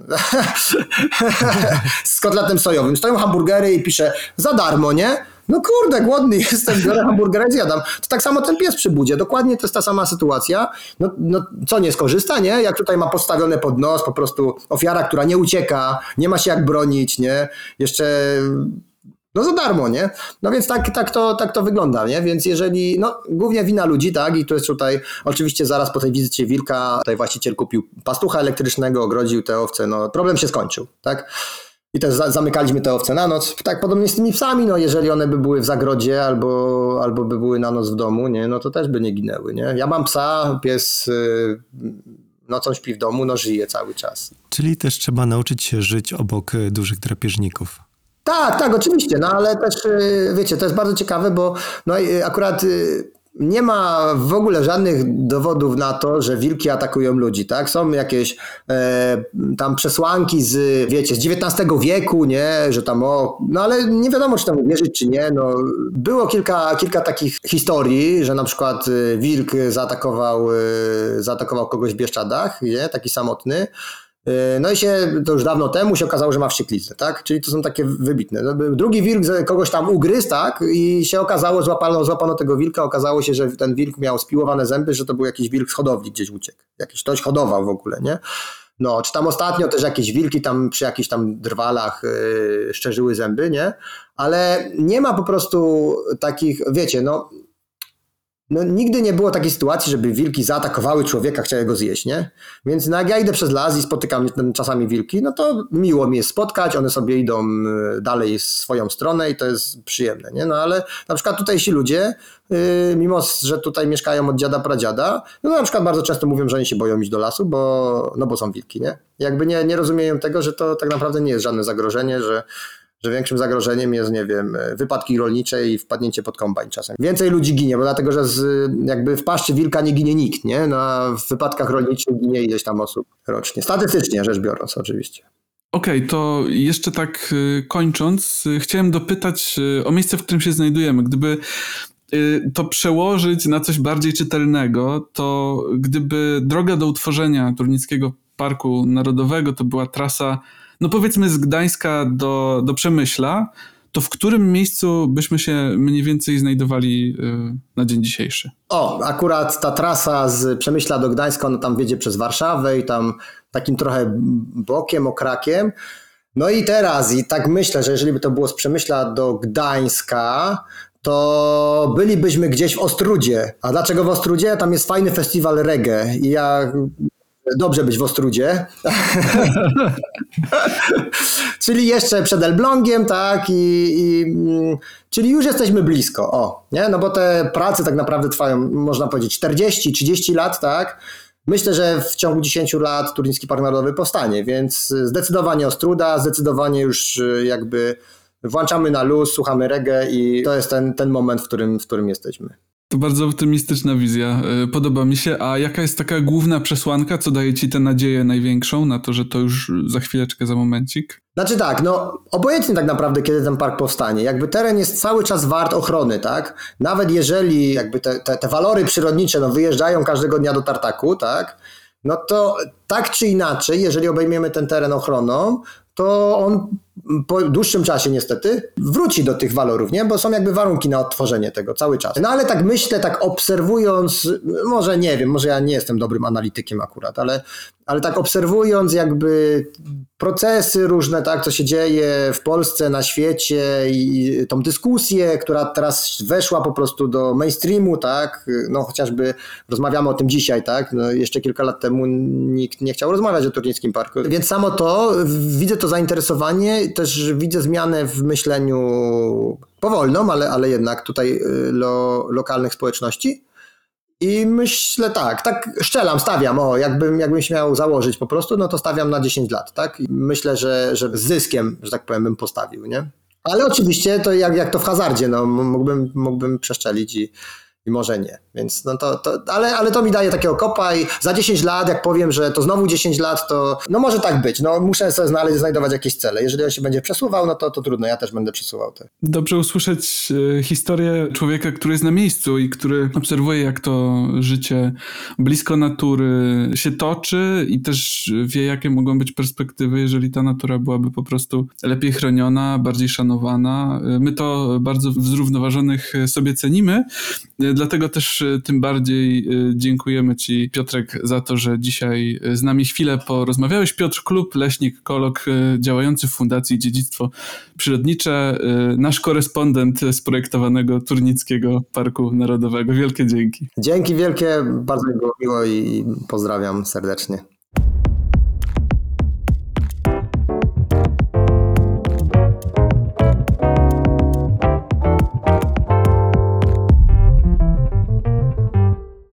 z kotletem sojowym. Stoją hamburgery i piszę za darmo, nie? No kurde, głodny jestem, biorę hamburgera i zjadam. To tak samo ten pies przy budzie, dokładnie to jest ta sama sytuacja. No, no co, nie skorzysta, nie? Jak tutaj ma postawione pod nos, po prostu ofiara, która nie ucieka, nie ma się jak bronić, nie? Jeszcze No za darmo, nie? No więc tak, tak, to, tak to wygląda, nie? Więc jeżeli, no głównie wina ludzi, tak? I to jest tutaj, oczywiście zaraz po tej wizycie wilka, tutaj właściciel kupił pastucha elektrycznego, ogrodził te owce, no problem się skończył, tak? I też za, zamykaliśmy te owce na noc. Tak podobnie z tymi psami, no jeżeli one by były w zagrodzie albo, albo by były na noc w domu, nie? No to też by nie ginęły, nie? Ja mam psa, pies yy, nocą śpi w domu, no żyje cały czas. Czyli też trzeba nauczyć się żyć obok dużych drapieżników. Tak, tak, oczywiście, no ale też wiecie, to jest bardzo ciekawe, bo no akurat nie ma w ogóle żadnych dowodów na to, że wilki atakują ludzi, tak? Są jakieś e, tam przesłanki z, wiecie, z dziewiętnastego wieku, nie? Że tam o, no ale nie wiadomo, czy tam wierzyć, czy nie, no. Było kilka, kilka takich historii, że na przykład wilk zaatakował, zaatakował kogoś w Bieszczadach, nie? Taki samotny. No i się, to już dawno temu się okazało, że ma wściekliznę, tak? Czyli to są takie wybitne. Drugi wilk kogoś tam ugryzł, tak? I się okazało, złapano, złapano tego wilka, okazało się, że ten wilk miał spiłowane zęby, że to był jakiś wilk z hodowli, gdzieś uciekł. Jakiś ktoś hodował w ogóle, nie? No, czy tam ostatnio też jakieś wilki tam przy jakichś tam drwalach yy, szczerzyły zęby, nie? Ale nie ma po prostu takich, wiecie, no... No, nigdy nie było takiej sytuacji, żeby wilki zaatakowały człowieka, chciały go zjeść, nie? Więc no, jak ja idę przez las i spotykam czasami wilki, no to miło mi jest spotkać, one sobie idą dalej w swoją stronę i to jest przyjemne, nie? No ale na przykład tutejsi ludzie, yy, mimo że tutaj mieszkają od dziada pradziada, no na przykład bardzo często mówią, że oni się boją iść do lasu, bo, no bo są wilki, nie? Jakby nie, nie rozumieją tego, że to tak naprawdę nie jest żadne zagrożenie, że że większym zagrożeniem jest, nie wiem, wypadki rolnicze i wpadnięcie pod kombajn czasem. Więcej ludzi ginie, bo dlatego, że z, jakby w paszczy wilka nie ginie nikt, nie? No, a w wypadkach rolniczych ginie ileś tam osób rocznie. Statystycznie rzecz biorąc oczywiście. Okej, okay, to jeszcze tak kończąc, chciałem dopytać o miejsce, w którym się znajdujemy. Gdyby to przełożyć na coś bardziej czytelnego, to gdyby droga do utworzenia Turnickiego Parku Narodowego to była trasa, no powiedzmy z Gdańska do, do Przemyśla, to w którym miejscu byśmy się mniej więcej znajdowali na dzień dzisiejszy? O, akurat ta trasa z Przemyśla do Gdańska, ona tam wiedzie przez Warszawę i tam takim trochę bokiem, okrakiem. No i teraz, i tak myślę, że jeżeli by to było z Przemyśla do Gdańska, to bylibyśmy gdzieś w Ostrudzie. A dlaczego w Ostrudzie? Tam jest fajny festiwal reggae i ja... Dobrze być w Ostrudzie. Czyli jeszcze przed Elblągiem, tak, i, i czyli już jesteśmy blisko, o, nie, no bo te prace tak naprawdę trwają, można powiedzieć, czterdzieści trzydzieści lat, tak. Myślę, że w ciągu dziesięciu lat Turnicki Park Narodowy powstanie, więc zdecydowanie Ostruda, zdecydowanie już jakby włączamy na luz, słuchamy reggae i to jest ten, ten moment, w którym, w którym jesteśmy. To bardzo optymistyczna wizja, podoba mi się. A jaka jest taka główna przesłanka, co daje ci tę nadzieję największą na to, że to już za chwileczkę, za momencik? Znaczy tak, no obojętnie tak naprawdę, kiedy ten park powstanie. Jakby teren jest cały czas wart ochrony, tak? Nawet jeżeli jakby te, te, te walory przyrodnicze no, wyjeżdżają każdego dnia do tartaku, tak? No to tak czy inaczej, jeżeli obejmiemy ten teren ochroną, to on po dłuższym czasie niestety wróci do tych walorów, nie? Bo są jakby warunki na odtworzenie tego cały czas. No ale tak myślę, tak obserwując, może nie wiem, może ja nie jestem dobrym analitykiem akurat, ale, ale tak obserwując jakby procesy różne, tak, co się dzieje w Polsce, na świecie i tą dyskusję, która teraz weszła po prostu do mainstreamu, tak, no chociażby rozmawiamy o tym dzisiaj, tak, no jeszcze kilka lat temu nikt nie chciał rozmawiać o Turnickim Parku, więc samo to, widzę to zainteresowanie, też widzę zmianę w myśleniu powolną, ale, ale jednak tutaj lo, lokalnych społeczności. I myślę tak, tak szczelam, stawiam, o, jakbym, jakbym się miał założyć po prostu, no to stawiam na dziesięć lat, tak? I myślę, że, że z zyskiem, że tak powiem, bym postawił, nie? Ale oczywiście to jak, jak to w hazardzie, no mógłbym, mógłbym przeszczelić i, i może nie, więc no to, to ale, ale to mi daje takiego kopa i za dziesięć lat, jak powiem, że to znowu dziesięć lat, to no może tak być, no muszę sobie znaleźć, znajdować jakieś cele, jeżeli on się będzie przesuwał, no to, to trudno, ja też będę przesuwał te. Dobrze usłyszeć e, historię człowieka, który jest na miejscu i który obserwuje, jak to życie blisko natury się toczy i też wie, jakie mogą być perspektywy, jeżeli ta natura byłaby po prostu lepiej chroniona, bardziej szanowana. My to bardzo w zrównoważonych sobie cenimy. Dlatego też tym bardziej dziękujemy Ci, Piotrek, za to, że dzisiaj z nami chwilę porozmawiałeś. Piotr Klub, leśnik, ekolog działający w Fundacji Dziedzictwo Przyrodnicze, nasz korespondent z projektowanego Turnickiego Parku Narodowego. Wielkie dzięki. Dzięki wielkie, bardzo mi było miło i pozdrawiam serdecznie.